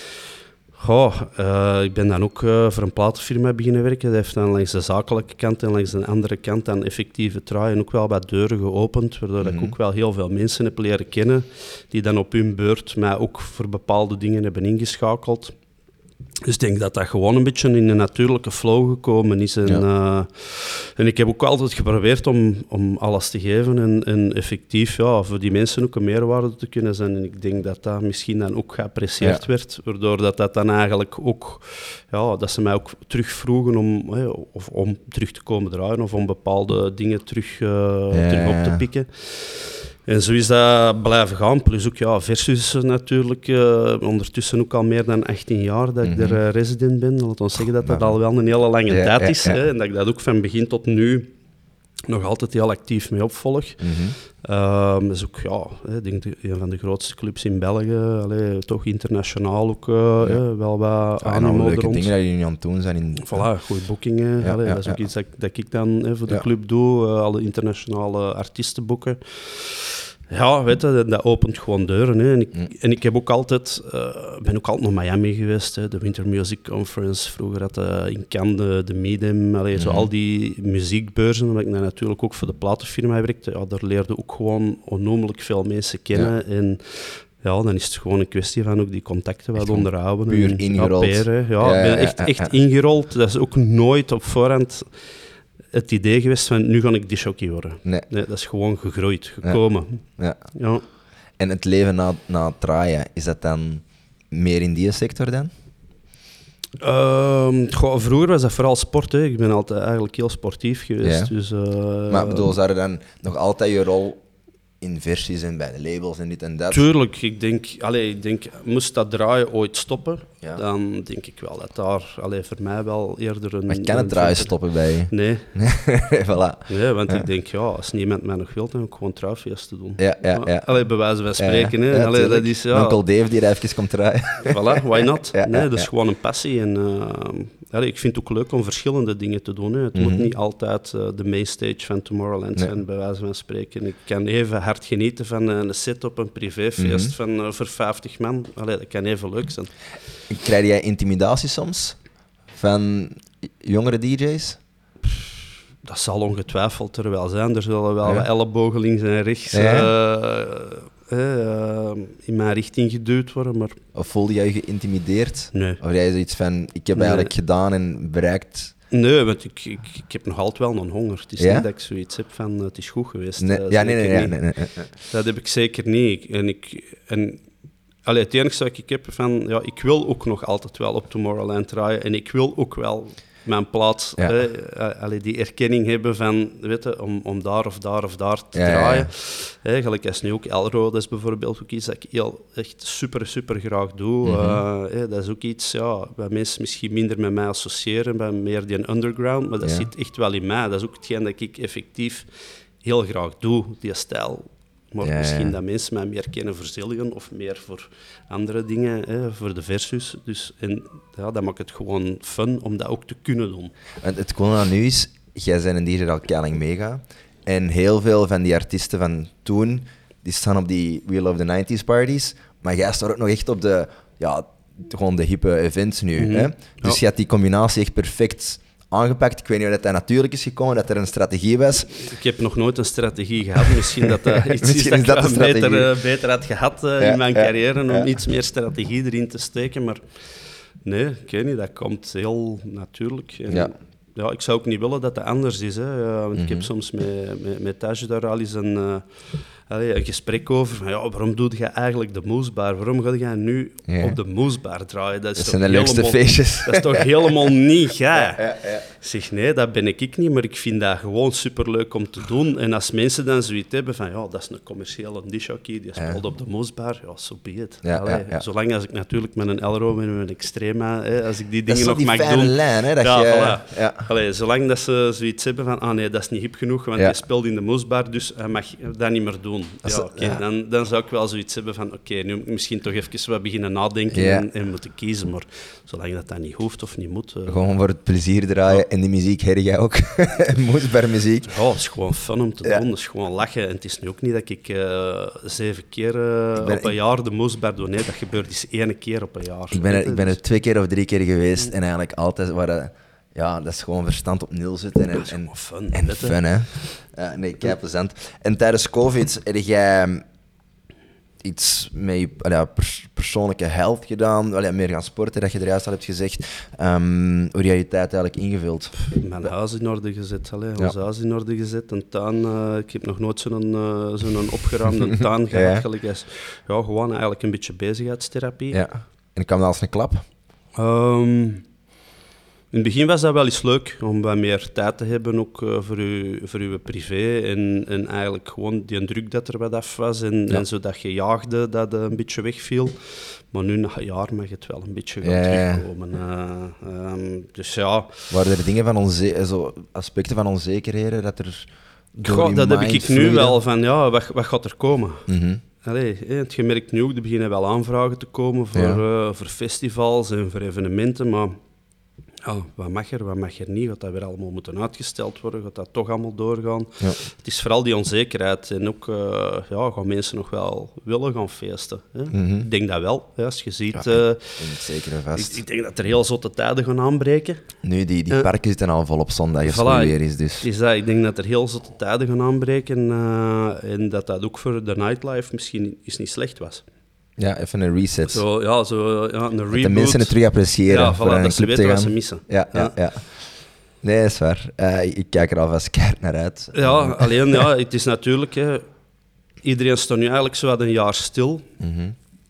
Speaker 1: Goh, uh, ik ben dan ook uh, voor een platenfirma beginnen werken. Dat heeft dan langs de zakelijke kant en langs de andere kant dan effectieve draaien ook wel wat deuren geopend, waardoor mm-hmm. ik ook wel heel veel mensen heb leren kennen, die dan op hun beurt mij ook voor bepaalde dingen hebben ingeschakeld. Dus ik denk dat dat gewoon een beetje in een natuurlijke flow gekomen is. En, ja. uh, en ik heb ook altijd geprobeerd om, om alles te geven en, en effectief ja, voor die mensen ook een meerwaarde te kunnen zijn. En ik denk dat dat misschien dan ook geapprecieerd ja. werd, waardoor dat, dat dan eigenlijk ook, ja, dat ze mij ook terugvroegen om, hey, of om terug te komen draaien of om bepaalde dingen terug, uh, ja, terug op te pikken. En zo is dat blijven gaan. Plus ook ja, Versus natuurlijk. Uh, ondertussen ook al meer dan achttien jaar dat mm-hmm. ik er uh, resident ben. Laat ons zeggen dat dat al wel een hele lange ja, tijd is. Ja, ja. Hè, en dat ik dat ook van begin tot nu nog altijd heel actief mee opvolg. Mm-hmm. Uh, dat is ook ja, ik denk een van de grootste clubs in België. Allee, toch internationaal ook uh, ja. hè, wel wat
Speaker 2: ja, animo er rond. Dingen dat jullie aan het doen zijn. In...
Speaker 1: Voilà, goede boekingen. Ja, allee, ja, dat is ook ja. iets dat, dat ik dan hè, voor de ja. club doe. Uh, alle internationale artiesten boeken. Ja, weet je, dat opent gewoon deuren. Hè. En, ik, mm. en ik heb ook altijd, uh, ben ook altijd naar Miami geweest, hè, de Winter Music Conference. Vroeger had uh, in Cannes de, de Midem, allee, mm. zo al die muziekbeurzen, omdat ik dan natuurlijk ook voor de platenfirma werkte. Ja, daar leerde ook gewoon onnoemelijk veel mensen kennen. Ja. En ja, dan is het gewoon een kwestie van ook die contacten wat onderhouden.
Speaker 2: Puur
Speaker 1: en
Speaker 2: ingerold.
Speaker 1: Apperen. Ja, ja, ja, ben echt, echt ja, ja. ingerold. Dat is ook nooit op voorhand het idee geweest van nu ga ik disjockey worden. Nee. nee. Dat is gewoon gegroeid, gekomen.
Speaker 2: Ja. Ja. Ja. En het leven na, na het draaien, is dat dan meer in die sector dan?
Speaker 1: Um, goh, vroeger was dat vooral sport. Hè. Ik ben altijd eigenlijk heel sportief geweest. Ja. Dus, uh,
Speaker 2: maar bedoel, zou je dan nog altijd je rol in versies en bij de labels en dit en dat?
Speaker 1: Tuurlijk, ik denk, allee, ik denk moest dat draaien ooit stoppen, ja. dan denk ik wel dat daar allee, voor mij wel eerder een...
Speaker 2: Maar kan het draaien stoppen bij je?
Speaker 1: Nee.
Speaker 2: Voilà.
Speaker 1: Nee, want ja. ik denk, ja, als niemand mij nog wil, dan heb ik gewoon trouwfeest te doen.
Speaker 2: Ja, ja, ja.
Speaker 1: Allee, bij wijze van spreken. Ja, ja.
Speaker 2: Hè.
Speaker 1: Ja, allee, dat is, ja.
Speaker 2: Uncle Dave die er even komt draaien.
Speaker 1: Voilà, why not?
Speaker 2: Ja,
Speaker 1: nee,
Speaker 2: ja,
Speaker 1: dat is
Speaker 2: ja.
Speaker 1: gewoon een passie. En, uh, allee, ik vind het ook leuk om verschillende dingen te doen. Hè. Het mm-hmm. moet niet altijd uh, de mainstage van Tomorrowland zijn, nee. bij wijze van spreken. Ik kan even hard genieten van uh, een set op een privéfeest mm-hmm. van uh, voor vijftig man. Allee, dat kan even leuk zijn.
Speaker 2: Krijg jij intimidatie soms van jongere D J's?
Speaker 1: Dat zal ongetwijfeld er wel zijn. Er zullen wel ja. wat ellebogen links en rechts
Speaker 2: ja.
Speaker 1: uh, uh, uh, in mijn richting geduwd worden. Maar...
Speaker 2: Of voelde jij je geïntimideerd?
Speaker 1: Nee.
Speaker 2: Of jij zoiets van, ik heb nee. eigenlijk gedaan en bereikt...
Speaker 1: Nee, want ik, ik, ik heb nog altijd wel een honger. Het is
Speaker 2: ja?
Speaker 1: niet dat ik zoiets heb van, uh, het is goed geweest.
Speaker 2: Nee.
Speaker 1: Uh,
Speaker 2: ja, nee, nee, nee, nee, nee, nee.
Speaker 1: Dat heb ik zeker niet. En ik... En, Allee, het enige wat ik heb van, ja, ik wil ook nog altijd wel op Tomorrowland draaien en ik wil ook wel mijn plaats,
Speaker 2: Ja.
Speaker 1: hè, uh, allee, die erkenning hebben van, weet je, om, om daar of daar of daar te
Speaker 2: Ja,
Speaker 1: draaien.
Speaker 2: ja,
Speaker 1: Hè, gelijk als nu ook Elro, dat is bijvoorbeeld ook iets dat ik heel, echt super, super graag doe.
Speaker 2: Mhm.
Speaker 1: Uh, hè, dat is ook iets, ja, waar mensen misschien minder met mij associëren, bij meer die underground, maar dat
Speaker 2: Ja.
Speaker 1: zit echt wel in mij. Dat is ook hetgeen dat ik effectief heel graag doe, die stijl. Maar
Speaker 2: Ja,
Speaker 1: misschien
Speaker 2: ja.
Speaker 1: dat mensen mij meer kennen voor Zillion of meer voor andere dingen, hè, voor de Versus. Dus, en ja, dat maakt het gewoon fun om dat ook te kunnen doen.
Speaker 2: Want het coole aan nu is, jij bent een D J dat al keilang meega. En heel veel van die artiesten van toen, die staan op die We Love the nineties parties. Maar jij staat ook nog echt op de, ja, gewoon de hippe events nu.
Speaker 1: Mhm.
Speaker 2: Hè? Dus
Speaker 1: Ja.
Speaker 2: je hebt die combinatie echt perfect aangepakt. Ik weet niet of dat natuurlijk is gekomen, dat er een strategie was.
Speaker 1: Ik heb nog nooit een strategie gehad. Misschien dat dat iets
Speaker 2: Misschien
Speaker 1: is
Speaker 2: is
Speaker 1: dat
Speaker 2: dat
Speaker 1: ik
Speaker 2: de
Speaker 1: wel beter,
Speaker 2: strategie.
Speaker 1: eh, beter had gehad eh,
Speaker 2: Ja,
Speaker 1: in mijn
Speaker 2: ja,
Speaker 1: carrière om
Speaker 2: ja.
Speaker 1: iets meer strategie erin te steken. Maar nee, ik weet niet, dat komt heel natuurlijk. En,
Speaker 2: Ja.
Speaker 1: ja, ik zou ook niet willen dat het anders is. Hè. Ja, want ik heb
Speaker 2: Mhm.
Speaker 1: soms met, met, met Taj daar al eens een, uh, allee, een gesprek over. Van, ja, waarom doe je eigenlijk de moesbar? Waarom ga je nu
Speaker 2: Ja.
Speaker 1: op de moesbar draaien? Dat, is
Speaker 2: Dat
Speaker 1: toch
Speaker 2: zijn de leukste
Speaker 1: helemaal-
Speaker 2: feestjes.
Speaker 1: Dat is toch helemaal niet jij?
Speaker 2: Ja, ja.
Speaker 1: Ik zeg, nee, dat ben ik niet, maar ik vind dat gewoon superleuk om te doen. En als mensen dan zoiets hebben van, ja, dat is een commerciële disjockey, die speelt
Speaker 2: Ja.
Speaker 1: op de moesbar, ja, so be it.
Speaker 2: Ja,
Speaker 1: Allee,
Speaker 2: ja, ja.
Speaker 1: Zolang als ik natuurlijk met een Elro en een Extrema, hè, als ik die
Speaker 2: Dat is
Speaker 1: dingen
Speaker 2: zo
Speaker 1: nog
Speaker 2: die
Speaker 1: mag
Speaker 2: fijne
Speaker 1: doen...
Speaker 2: lijn, hè, dat
Speaker 1: ja,
Speaker 2: je...
Speaker 1: voilà.
Speaker 2: Ja.
Speaker 1: Allee, zolang dat ze zoiets hebben van, ah nee, dat is niet hip genoeg, want
Speaker 2: Ja.
Speaker 1: je speelt in de moesbar, dus hij mag dat niet meer doen.
Speaker 2: Als
Speaker 1: Ja,
Speaker 2: ze-
Speaker 1: oké,
Speaker 2: ja.
Speaker 1: Dan, dan zou ik wel zoiets hebben van, oké, nu moet ik misschien toch even wat beginnen nadenken
Speaker 2: Ja.
Speaker 1: en, en moeten kiezen. Maar zolang dat, dat niet hoeft of niet moet... uh,
Speaker 2: Gewoon voor het plezier draaien. En die muziek her jij ook. Moesbar muziek.
Speaker 1: Ja, het is gewoon fun om te
Speaker 2: Ja.
Speaker 1: doen, het is gewoon lachen. En het is nu ook niet dat ik uh, zeven keer uh,
Speaker 2: Ik ben-
Speaker 1: op een jaar de moesbar doe. Nee, dat gebeurt eens één keer op een jaar.
Speaker 2: Ik ben, er,
Speaker 1: Weet je,
Speaker 2: ik ben
Speaker 1: dus-
Speaker 2: er twee keer of drie keer geweest en eigenlijk altijd waren... Ja, dat is gewoon verstand op nul zitten en,
Speaker 1: Dat is
Speaker 2: en,
Speaker 1: gewoon fun,
Speaker 2: en
Speaker 1: weet je.
Speaker 2: fun, hè. Ja, nee, kei plezant. En tijdens COVID heb jij iets met je allee, pers- persoonlijke health gedaan, allee, meer gaan sporten, dat je er juist al hebt gezegd. Um, hoe heb jij je tijd eigenlijk ingevuld?
Speaker 1: Mijn huis in orde gezet, allee,
Speaker 2: Ja.
Speaker 1: ons huis in orde gezet. Een tuin, uh, ik heb nog nooit zo'n uh, zo'n opgeruimde tuin gehad.
Speaker 2: Ja.
Speaker 1: Gelijk als, ja, gewoon eigenlijk een beetje bezigheidstherapie.
Speaker 2: Ja. En ik kwam dat als een klap?
Speaker 1: Ehm, in het begin was dat wel eens leuk om wat meer tijd te hebben, ook uh, voor, u, voor uw privé. En, en eigenlijk gewoon die druk dat er wat af was en,
Speaker 2: Ja.
Speaker 1: en zodat je jaagde, dat het een beetje wegviel. Maar nu, na een jaar, mag het wel een beetje gaan
Speaker 2: Ja, ja, ja.
Speaker 1: terugkomen. Uh, um, dus ja,
Speaker 2: Waren er dingen van onze, zo aspecten van onzekerheden dat er... door
Speaker 1: goh,
Speaker 2: je
Speaker 1: dat heb
Speaker 2: mind
Speaker 1: ik nu
Speaker 2: vloeide?
Speaker 1: wel van, ja, wat, wat gaat er komen?
Speaker 2: Mhm.
Speaker 1: Allee, hè, je merkt nu ook, er beginnen wel aanvragen te komen voor,
Speaker 2: Ja.
Speaker 1: eh, voor festivals en voor evenementen, maar ja, wat mag er, wat mag er niet? Gaat dat weer allemaal moeten uitgesteld worden? Gaat dat toch allemaal doorgaan?
Speaker 2: Ja.
Speaker 1: Het is vooral die onzekerheid en ook, uh, ja, gaan mensen nog wel willen gaan feesten? Hè?
Speaker 2: Mhm.
Speaker 1: Ik denk dat wel, hè, als je ziet...
Speaker 2: Ja,
Speaker 1: uh,
Speaker 2: Ik denk het zeker en
Speaker 1: ik,
Speaker 2: vast.
Speaker 1: ik denk dat er heel zotte tijden gaan aanbreken.
Speaker 2: Nu, die, die
Speaker 1: Eh.
Speaker 2: parken zitten al vol op zondag als
Speaker 1: Voilà,
Speaker 2: het weer is, dus...
Speaker 1: Is dat, ik denk dat er heel zotte tijden gaan aanbreken uh, en dat dat ook voor de nightlife misschien is niet slecht was.
Speaker 2: Ja, even een reset.
Speaker 1: Zo, ja, zo, ja, een
Speaker 2: Dat
Speaker 1: reboot.
Speaker 2: de mensen het terug appreciëren
Speaker 1: Ja,
Speaker 2: voor
Speaker 1: voilà,
Speaker 2: naar een
Speaker 1: dat ze
Speaker 2: club te
Speaker 1: weten wat
Speaker 2: gaan.
Speaker 1: ze missen.
Speaker 2: Ja, ja,
Speaker 1: Ja.
Speaker 2: ja. Nee, dat is waar. Uh, ik kijk er alvast keihard naar uit.
Speaker 1: Ja, alleen, ja, het is natuurlijk... Hè, iedereen staat nu eigenlijk zo wat een jaar stil.
Speaker 2: Mhm.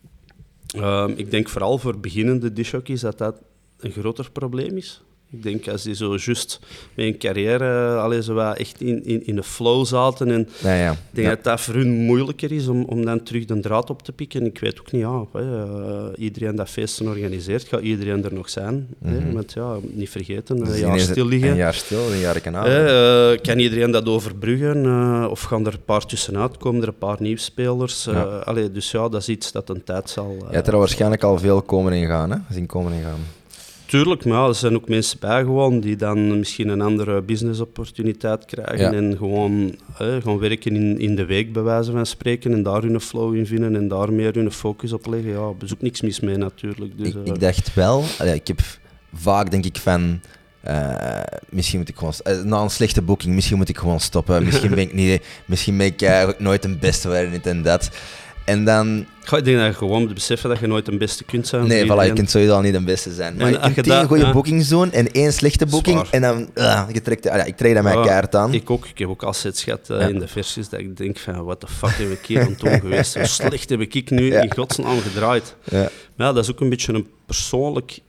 Speaker 1: Um, ik denk vooral voor beginnende discjockeys dat dat een groter probleem is. Ik denk als die zo juist met een carrière allee, zo wat echt in, in, in de flow zaten. En
Speaker 2: Ja, ja.
Speaker 1: ik denk
Speaker 2: Ja.
Speaker 1: dat dat voor hun moeilijker is om, om dan terug de draad op te pikken. Ik weet ook niet, ja, hè, uh, iedereen dat feesten organiseert, gaat iedereen er nog zijn. Hè?
Speaker 2: Mhm.
Speaker 1: Want ja, niet vergeten, een
Speaker 2: Dus
Speaker 1: jaar
Speaker 2: ineens
Speaker 1: stil liggen.
Speaker 2: Een jaar stil, een jaar kanaal.
Speaker 1: Eh, eh, kan iedereen dat overbruggen? Uh, of gaan er een paar tussenuit? Komen er een paar nieuwspelers? Uh,
Speaker 2: Ja.
Speaker 1: allee, dus ja, dat is iets dat een tijd zal... Uh,
Speaker 2: Je hebt er al waarschijnlijk al veel komen en gaan, hè? Zien komen en gaan.
Speaker 1: Tuurlijk, maar ja, er zijn ook mensen bij gewoon die dan misschien een andere business-opportuniteit krijgen
Speaker 2: Ja.
Speaker 1: en gewoon eh, gaan werken in, in de week, bij wijze van spreken, en daar hun flow in vinden en daar meer hun focus op leggen. Ja, er is ook niks mis mee natuurlijk. Dus,
Speaker 2: ik,
Speaker 1: eh,
Speaker 2: ik dacht wel... allee, ik heb vaak, denk ik, van... eh, misschien moet ik gewoon... st- eh, na een slechte boeking, misschien moet ik gewoon stoppen. Misschien ben ik, niet, misschien ben ik eigenlijk nooit de beste waar dit en dat. En dan...
Speaker 1: Goh, ik denk dat je gewoon moet beseffen dat je nooit de beste kunt zijn.
Speaker 2: Nee,
Speaker 1: voor
Speaker 2: voilà, je
Speaker 1: iedereen.
Speaker 2: kunt sowieso al niet de beste zijn. Maar
Speaker 1: En
Speaker 2: je
Speaker 1: als
Speaker 2: kunt
Speaker 1: je
Speaker 2: tien
Speaker 1: dat-
Speaker 2: goede
Speaker 1: ja.
Speaker 2: bookings doen en één slechte booking
Speaker 1: Zwaar.
Speaker 2: en dan... Uh, je trekt, ah ja, ik trek dat mijn
Speaker 1: Ja,
Speaker 2: kaart aan.
Speaker 1: Ik ook. Ik heb ook al sets gehad uh,
Speaker 2: Ja.
Speaker 1: in de versies dat ik denk van, what the fuck heb ik hier aan toe geweest? Hoe slecht heb ik nu
Speaker 2: Ja.
Speaker 1: in godsnaam gedraaid?
Speaker 2: Ja.
Speaker 1: Maar ja, dat is ook een beetje een persoonlijk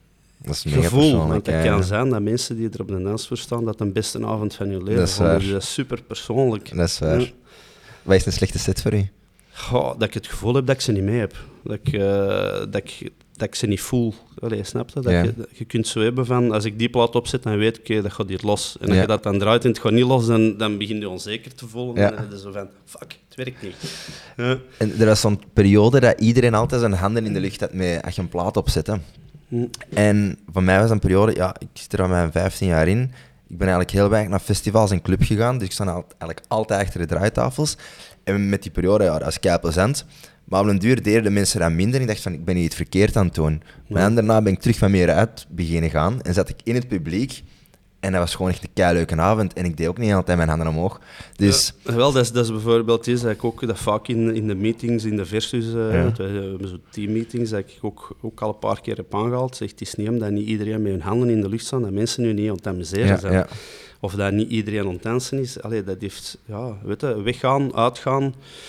Speaker 2: Dat is mega
Speaker 1: gevoel.
Speaker 2: persoonlijk.
Speaker 1: Want het
Speaker 2: ja,
Speaker 1: kan
Speaker 2: ja.
Speaker 1: zijn dat mensen die er op de dansvloer staan, dat de beste avond van je leven
Speaker 2: Dat is
Speaker 1: vonden.
Speaker 2: waar.
Speaker 1: Dus dat is super persoonlijk.
Speaker 2: Dat is waar.
Speaker 1: Ja.
Speaker 2: Wat is een slechte set voor u?
Speaker 1: Goh, dat ik het gevoel heb dat ik ze niet mee heb. Dat ik, uh, dat ik, dat ik ze niet voel. Allee, snap je? Dat
Speaker 2: Ja.
Speaker 1: je? Je kunt zo hebben van, als ik die plaat opzet, dan weet ik, oké, okay, dat gaat hier los. En als
Speaker 2: Ja.
Speaker 1: je dat dan draait en het gaat niet los, dan, dan begin je onzeker te voelen.
Speaker 2: Ja.
Speaker 1: En dan is het zo van, fuck, het werkt niet. Ja.
Speaker 2: En er was zo'n periode dat iedereen altijd zijn handen in de lucht had met, als je een plaat opzette.
Speaker 1: Hm.
Speaker 2: En voor mij was dat een periode, ja, ik zit er al mijn vijftien jaar in. Ik ben eigenlijk heel weinig naar festivals en clubs gegaan, dus ik sta eigenlijk altijd achter de draaitafels. En met die periode, ja, dat is kei plezant. Maar op een duur deden de mensen dat minder. Ik dacht van, ik ben niet iets verkeerd aan het doen. Maar
Speaker 1: Ja.
Speaker 2: dan daarna ben ik terug van meer uit beginnen gaan. En zat ik in het publiek. En dat was gewoon echt een keileuke avond. En ik deed ook niet altijd mijn handen omhoog. Dus...
Speaker 1: Ja, wel, dat is, dat is bijvoorbeeld iets dat ik ook dat vaak in, in de meetings, in de versus, uh,
Speaker 2: Ja.
Speaker 1: want wij hebben zo teammeetings, dat ik ook, ook al een paar keer heb aangehaald. Zeg, het is niet omdat niet iedereen met hun handen in de lucht staan, dat mensen nu niet aan het amuseren
Speaker 2: Ja,
Speaker 1: zijn.
Speaker 2: ja.
Speaker 1: Of dat niet iedereen aan het dansen is. Allee, dat heeft, ja, weet je, weggaan, uitgaan,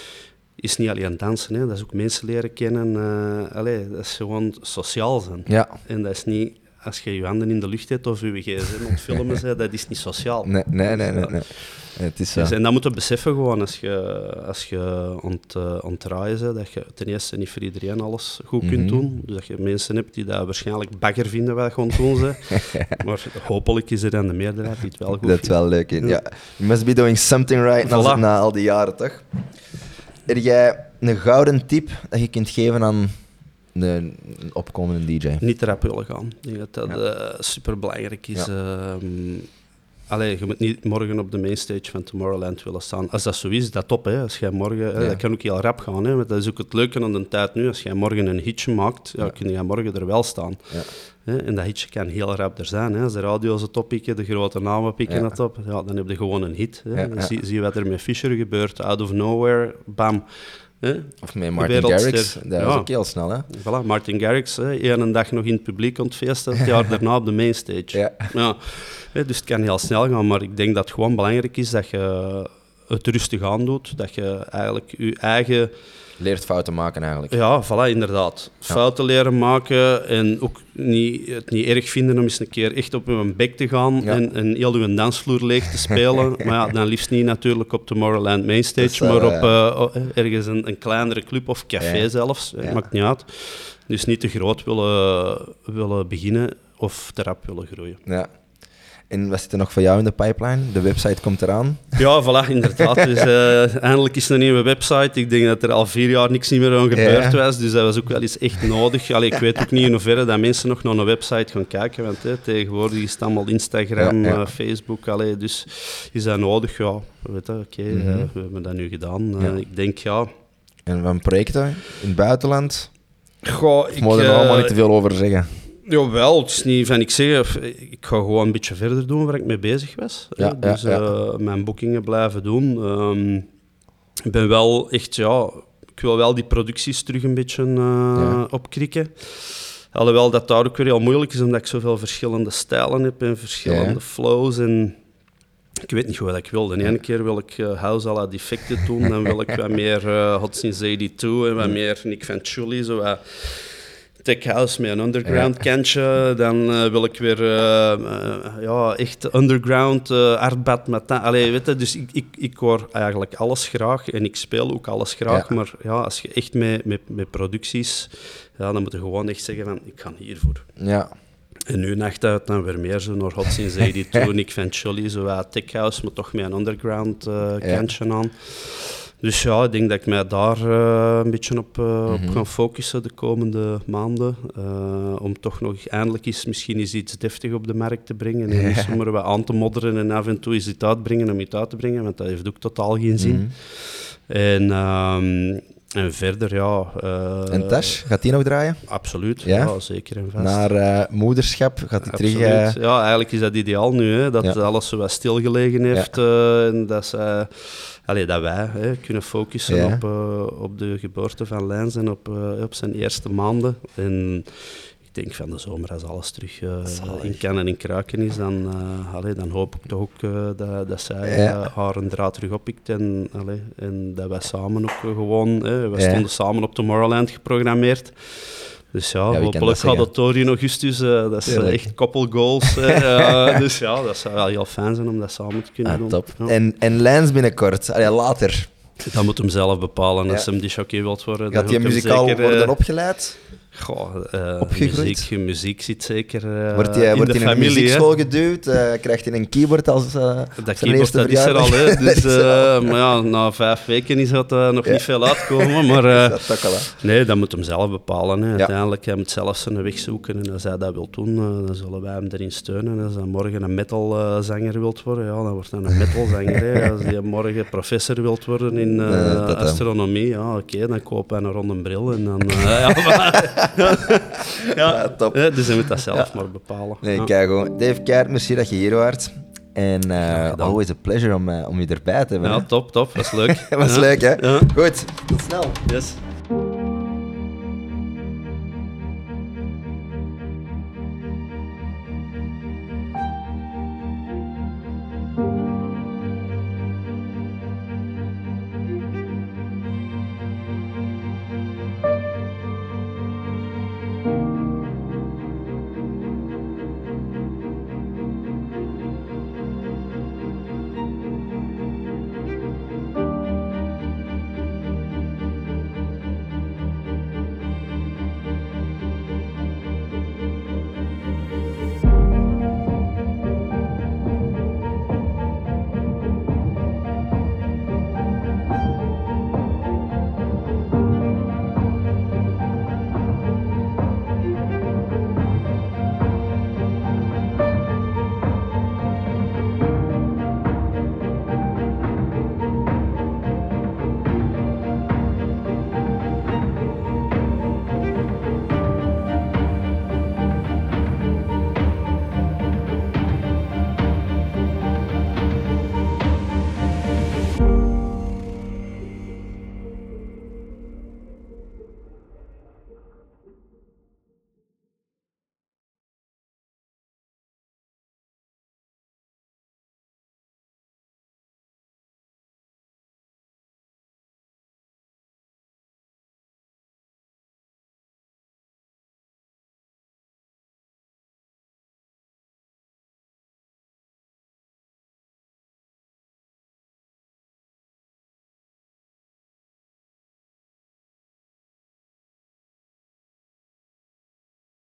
Speaker 1: is niet alleen dansen. Hè. Dat is ook mensen leren kennen. Uh, allee, dat is gewoon sociaal zijn.
Speaker 2: Ja.
Speaker 1: En dat is niet... Als je je handen in de lucht hebt of je gsm aan het filmen bent, dat is niet sociaal.
Speaker 2: Nee, nee, nee. nee, nee. Nee, het is zo.
Speaker 1: Dus, en dat moet je beseffen gewoon als je, als je aan het, uh, aan het draaien bent, dat je ten eerste niet voor iedereen alles goed
Speaker 2: Mhm.
Speaker 1: kunt doen. Dus dat je mensen hebt die dat waarschijnlijk bagger vinden wat je aan het doen bent. Maar hopelijk is er dan de meerderheid die het wel goed
Speaker 2: Dat is
Speaker 1: vindt.
Speaker 2: wel leuk. Ja. Ja. You must be doing something right na,
Speaker 1: Voilà.
Speaker 2: na al die jaren, toch? Heb jij een gouden tip dat je kunt geven aan een, een opkomende D J?
Speaker 1: Niet te rap willen gaan. Ik denk dat dat
Speaker 2: Ja.
Speaker 1: uh, superbelangrijk is.
Speaker 2: Ja.
Speaker 1: Um, allee, je moet niet morgen op de mainstage van Tomorrowland willen staan. Als dat zo is, dat top. Hè. Als jij morgen, hè,
Speaker 2: Ja.
Speaker 1: dat kan ook heel rap gaan. Hè. Want dat is ook het leuke aan de tijd nu. Als jij morgen een hitje maakt, ja,
Speaker 2: Ja.
Speaker 1: kun je morgen er wel staan.
Speaker 2: Ja.
Speaker 1: Hè. En dat hitje kan heel rap er zijn. Hè. Als de radio's het oppikken, de grote namen pikken
Speaker 2: Ja.
Speaker 1: het op, ja, dan heb je gewoon een hit. Hè.
Speaker 2: Ja,
Speaker 1: Dan
Speaker 2: ja.
Speaker 1: Zie, zie je wat er met Fisher gebeurt. Out of nowhere, bam. Hè.
Speaker 2: Of met Martin
Speaker 1: wereldster.
Speaker 2: Garrix, dat was
Speaker 1: Ja.
Speaker 2: ook heel snel, hè?
Speaker 1: Voilà, Martin Garrix, hè, één dag nog in het publiek aan het feesten, het jaar daarna op de mainstage.
Speaker 2: Ja.
Speaker 1: Ja, hè, dus het kan heel snel gaan, maar ik denk dat het gewoon belangrijk is dat je het rustig aandoet, dat je eigenlijk je eigen...
Speaker 2: Leert fouten maken, eigenlijk.
Speaker 1: Ja, voilà, inderdaad. Fouten leren maken en ook niet, het niet erg vinden om eens een keer echt op je bek te gaan
Speaker 2: Ja.
Speaker 1: en, en heel je dansvloer leeg te spelen. Maar ja, dan liefst niet natuurlijk op Tomorrowland Mainstage,
Speaker 2: Dat is, uh,
Speaker 1: maar op uh, oh, ergens een, een kleinere club of café
Speaker 2: Ja.
Speaker 1: zelfs.
Speaker 2: Ja.
Speaker 1: Maakt niet uit. Dus niet te groot willen, willen beginnen of te rap willen groeien.
Speaker 2: Ja. En wat zit er nog voor jou in de pipeline? De website komt eraan.
Speaker 1: Ja, voilà, inderdaad. Dus, uh, eindelijk is er een nieuwe website. Ik denk dat er al vier jaar niks meer aan gebeurd
Speaker 2: Ja.
Speaker 1: was. Dus dat was ook wel eens echt nodig. Allee, ik weet ook niet in hoeverre dat mensen nog naar een website gaan kijken. Want hè, tegenwoordig is het allemaal Instagram,
Speaker 2: Ja, ja.
Speaker 1: uh, Facebook. Allee, dus is dat nodig? Ja, weet je, oké, okay,
Speaker 2: Mhm.
Speaker 1: uh, we hebben dat nu gedaan. Uh,
Speaker 2: Ja.
Speaker 1: Ik denk, ja...
Speaker 2: En van projecten in het buitenland?
Speaker 1: Goh,
Speaker 2: Ik moet er
Speaker 1: uh,
Speaker 2: allemaal niet te veel over zeggen.
Speaker 1: Jawel, het is niet van ik zeg, ik ga gewoon een beetje verder doen waar ik mee bezig was.
Speaker 2: Ja,
Speaker 1: hè. Dus
Speaker 2: ja, ja.
Speaker 1: uh, mijn boekingen blijven doen. Um, ik ben wel echt, ja, ik wil wel die producties terug een beetje uh,
Speaker 2: Ja.
Speaker 1: opkrikken. Alhoewel dat daar ook weer heel moeilijk is, omdat ik zoveel verschillende stijlen heb en verschillende
Speaker 2: Ja.
Speaker 1: flows. En ik weet niet wat ik wil. De ene keer wil ik uh, House à la Defected doen, dan wil ik wat meer uh, Hot Since eenenzeventig en wat meer Nick Fanciulli, zo wat tech house met een underground
Speaker 2: Ja.
Speaker 1: kantje. Dan uh, wil ik weer uh, uh, ja, echt underground uh, artbad met dat. Allee, weet je, dus ik, ik, ik hoor eigenlijk alles graag en ik speel ook alles graag.
Speaker 2: Ja.
Speaker 1: Maar ja, als je echt met, met, met producties, ja, dan moet je gewoon echt zeggen van, ik ga hiervoor.
Speaker 2: Ja.
Speaker 1: En nu nacht uit dan weer meer zo naar Hot Since eenenzeventig, Nick Fanciulli, zo wat tech house, maar toch met een underground uh,
Speaker 2: Ja.
Speaker 1: kantje aan. Dus ja, ik denk dat ik mij daar uh, een beetje op, uh,
Speaker 2: Mhm.
Speaker 1: op ga focussen de komende maanden. Uh, om toch nog eindelijk eens misschien eens iets deftig op de markt te brengen. En
Speaker 2: Ja.
Speaker 1: niet zomaar wat aan te modderen en af en toe eens iets uitbrengen om iets uit te brengen, want dat heeft ook totaal geen zin.
Speaker 2: Mhm.
Speaker 1: En, um, en verder, ja... Uh,
Speaker 2: En Tash, gaat die nog draaien?
Speaker 1: Absoluut,
Speaker 2: Ja?
Speaker 1: ja, zeker en vast.
Speaker 2: Naar uh, moederschap gaat hij terug...
Speaker 1: Absoluut.
Speaker 2: uh,
Speaker 1: Ja, eigenlijk is dat ideaal nu, hè, dat
Speaker 2: Ja.
Speaker 1: alles zo wat stilgelegen heeft. uh, en dat, ze, allee, dat wij hè, kunnen focussen
Speaker 2: Ja.
Speaker 1: op, uh, op de geboorte van Lens en op, uh, op zijn eerste maanden. En ik denk van de zomer, als alles terug uh,
Speaker 2: Zalig.
Speaker 1: in kan en in kruiken is, dan, uh, allee, dan hoop ik toch ook uh, dat, dat zij
Speaker 2: Ja.
Speaker 1: uh, haar een draad terug oppikt. En, allee, en dat wij samen ook uh, gewoon... Hè, wij
Speaker 2: Ja.
Speaker 1: stonden samen op Tomorrowland geprogrammeerd. Dus ja,
Speaker 2: wie kan
Speaker 1: hopelijk
Speaker 2: dat
Speaker 1: gaat
Speaker 2: zeggen?
Speaker 1: het door in augustus. Uh, dat is uh,
Speaker 2: Tuurlijk.
Speaker 1: echt koppelgoals. uh, dus ja, dat zou wel heel fijn zijn om dat samen te kunnen
Speaker 2: Ah,
Speaker 1: doen.
Speaker 2: top.
Speaker 1: Ja.
Speaker 2: En, en Lijns binnenkort, allee, later.
Speaker 1: Dat moet hem zelf bepalen. Als
Speaker 2: Ja.
Speaker 1: hem die jockey wilt worden,
Speaker 2: Gaat
Speaker 1: dan
Speaker 2: die
Speaker 1: wil ik hem
Speaker 2: muzikaal
Speaker 1: zeker,
Speaker 2: worden
Speaker 1: uh,
Speaker 2: opgeleid?
Speaker 1: Goh, uh,
Speaker 2: Opgegroeid?
Speaker 1: muziek, muziek zit zeker uh,
Speaker 2: Wordt hij
Speaker 1: in
Speaker 2: wordt
Speaker 1: de
Speaker 2: hij in een
Speaker 1: familie.
Speaker 2: muziekschool
Speaker 1: Hè.
Speaker 2: geduwd? Uh, krijgt hij een keyboard als uh,
Speaker 1: Dat
Speaker 2: zijn
Speaker 1: keyboard
Speaker 2: eerste
Speaker 1: dat is er al,
Speaker 2: verjaardag?
Speaker 1: hè. Dus,
Speaker 2: Dat is er al.
Speaker 1: uh, maar ja, na vijf weken is dat uh, nog
Speaker 2: Ja.
Speaker 1: niet veel uitkomen. Maar uh,
Speaker 2: Dat toch al, hè?
Speaker 1: nee, dat moet hem zelf bepalen. Hè.
Speaker 2: Ja.
Speaker 1: Uiteindelijk, hij moet zelf zijn weg zoeken. En als hij dat wil doen, uh, dan zullen wij hem erin steunen. Als hij morgen een metalzanger wilt worden, ja, dan wordt hij een metalzanger. Hè. Als hij morgen professor wilt worden in uh,
Speaker 2: Nee, dat, uh.
Speaker 1: astronomie, ja, oké, okay, dan koop hij een ronde bril. En dan, uh, ja, maar, ja,
Speaker 2: Ja, top.
Speaker 1: ja, dus hij moet dat zelf
Speaker 2: Ja.
Speaker 1: maar bepalen.
Speaker 2: Nee,
Speaker 1: Ja.
Speaker 2: kijk gewoon. Dave Keijert, merci dat je hier waart. En uh,
Speaker 1: gedaan.
Speaker 2: always a pleasure om, uh, om je erbij te hebben.
Speaker 1: Ja,
Speaker 2: hè.
Speaker 1: top, top. Dat is leuk.
Speaker 2: Dat was
Speaker 1: Ja.
Speaker 2: leuk, hè?
Speaker 1: Ja.
Speaker 2: Goed, tot snel.
Speaker 1: Yes.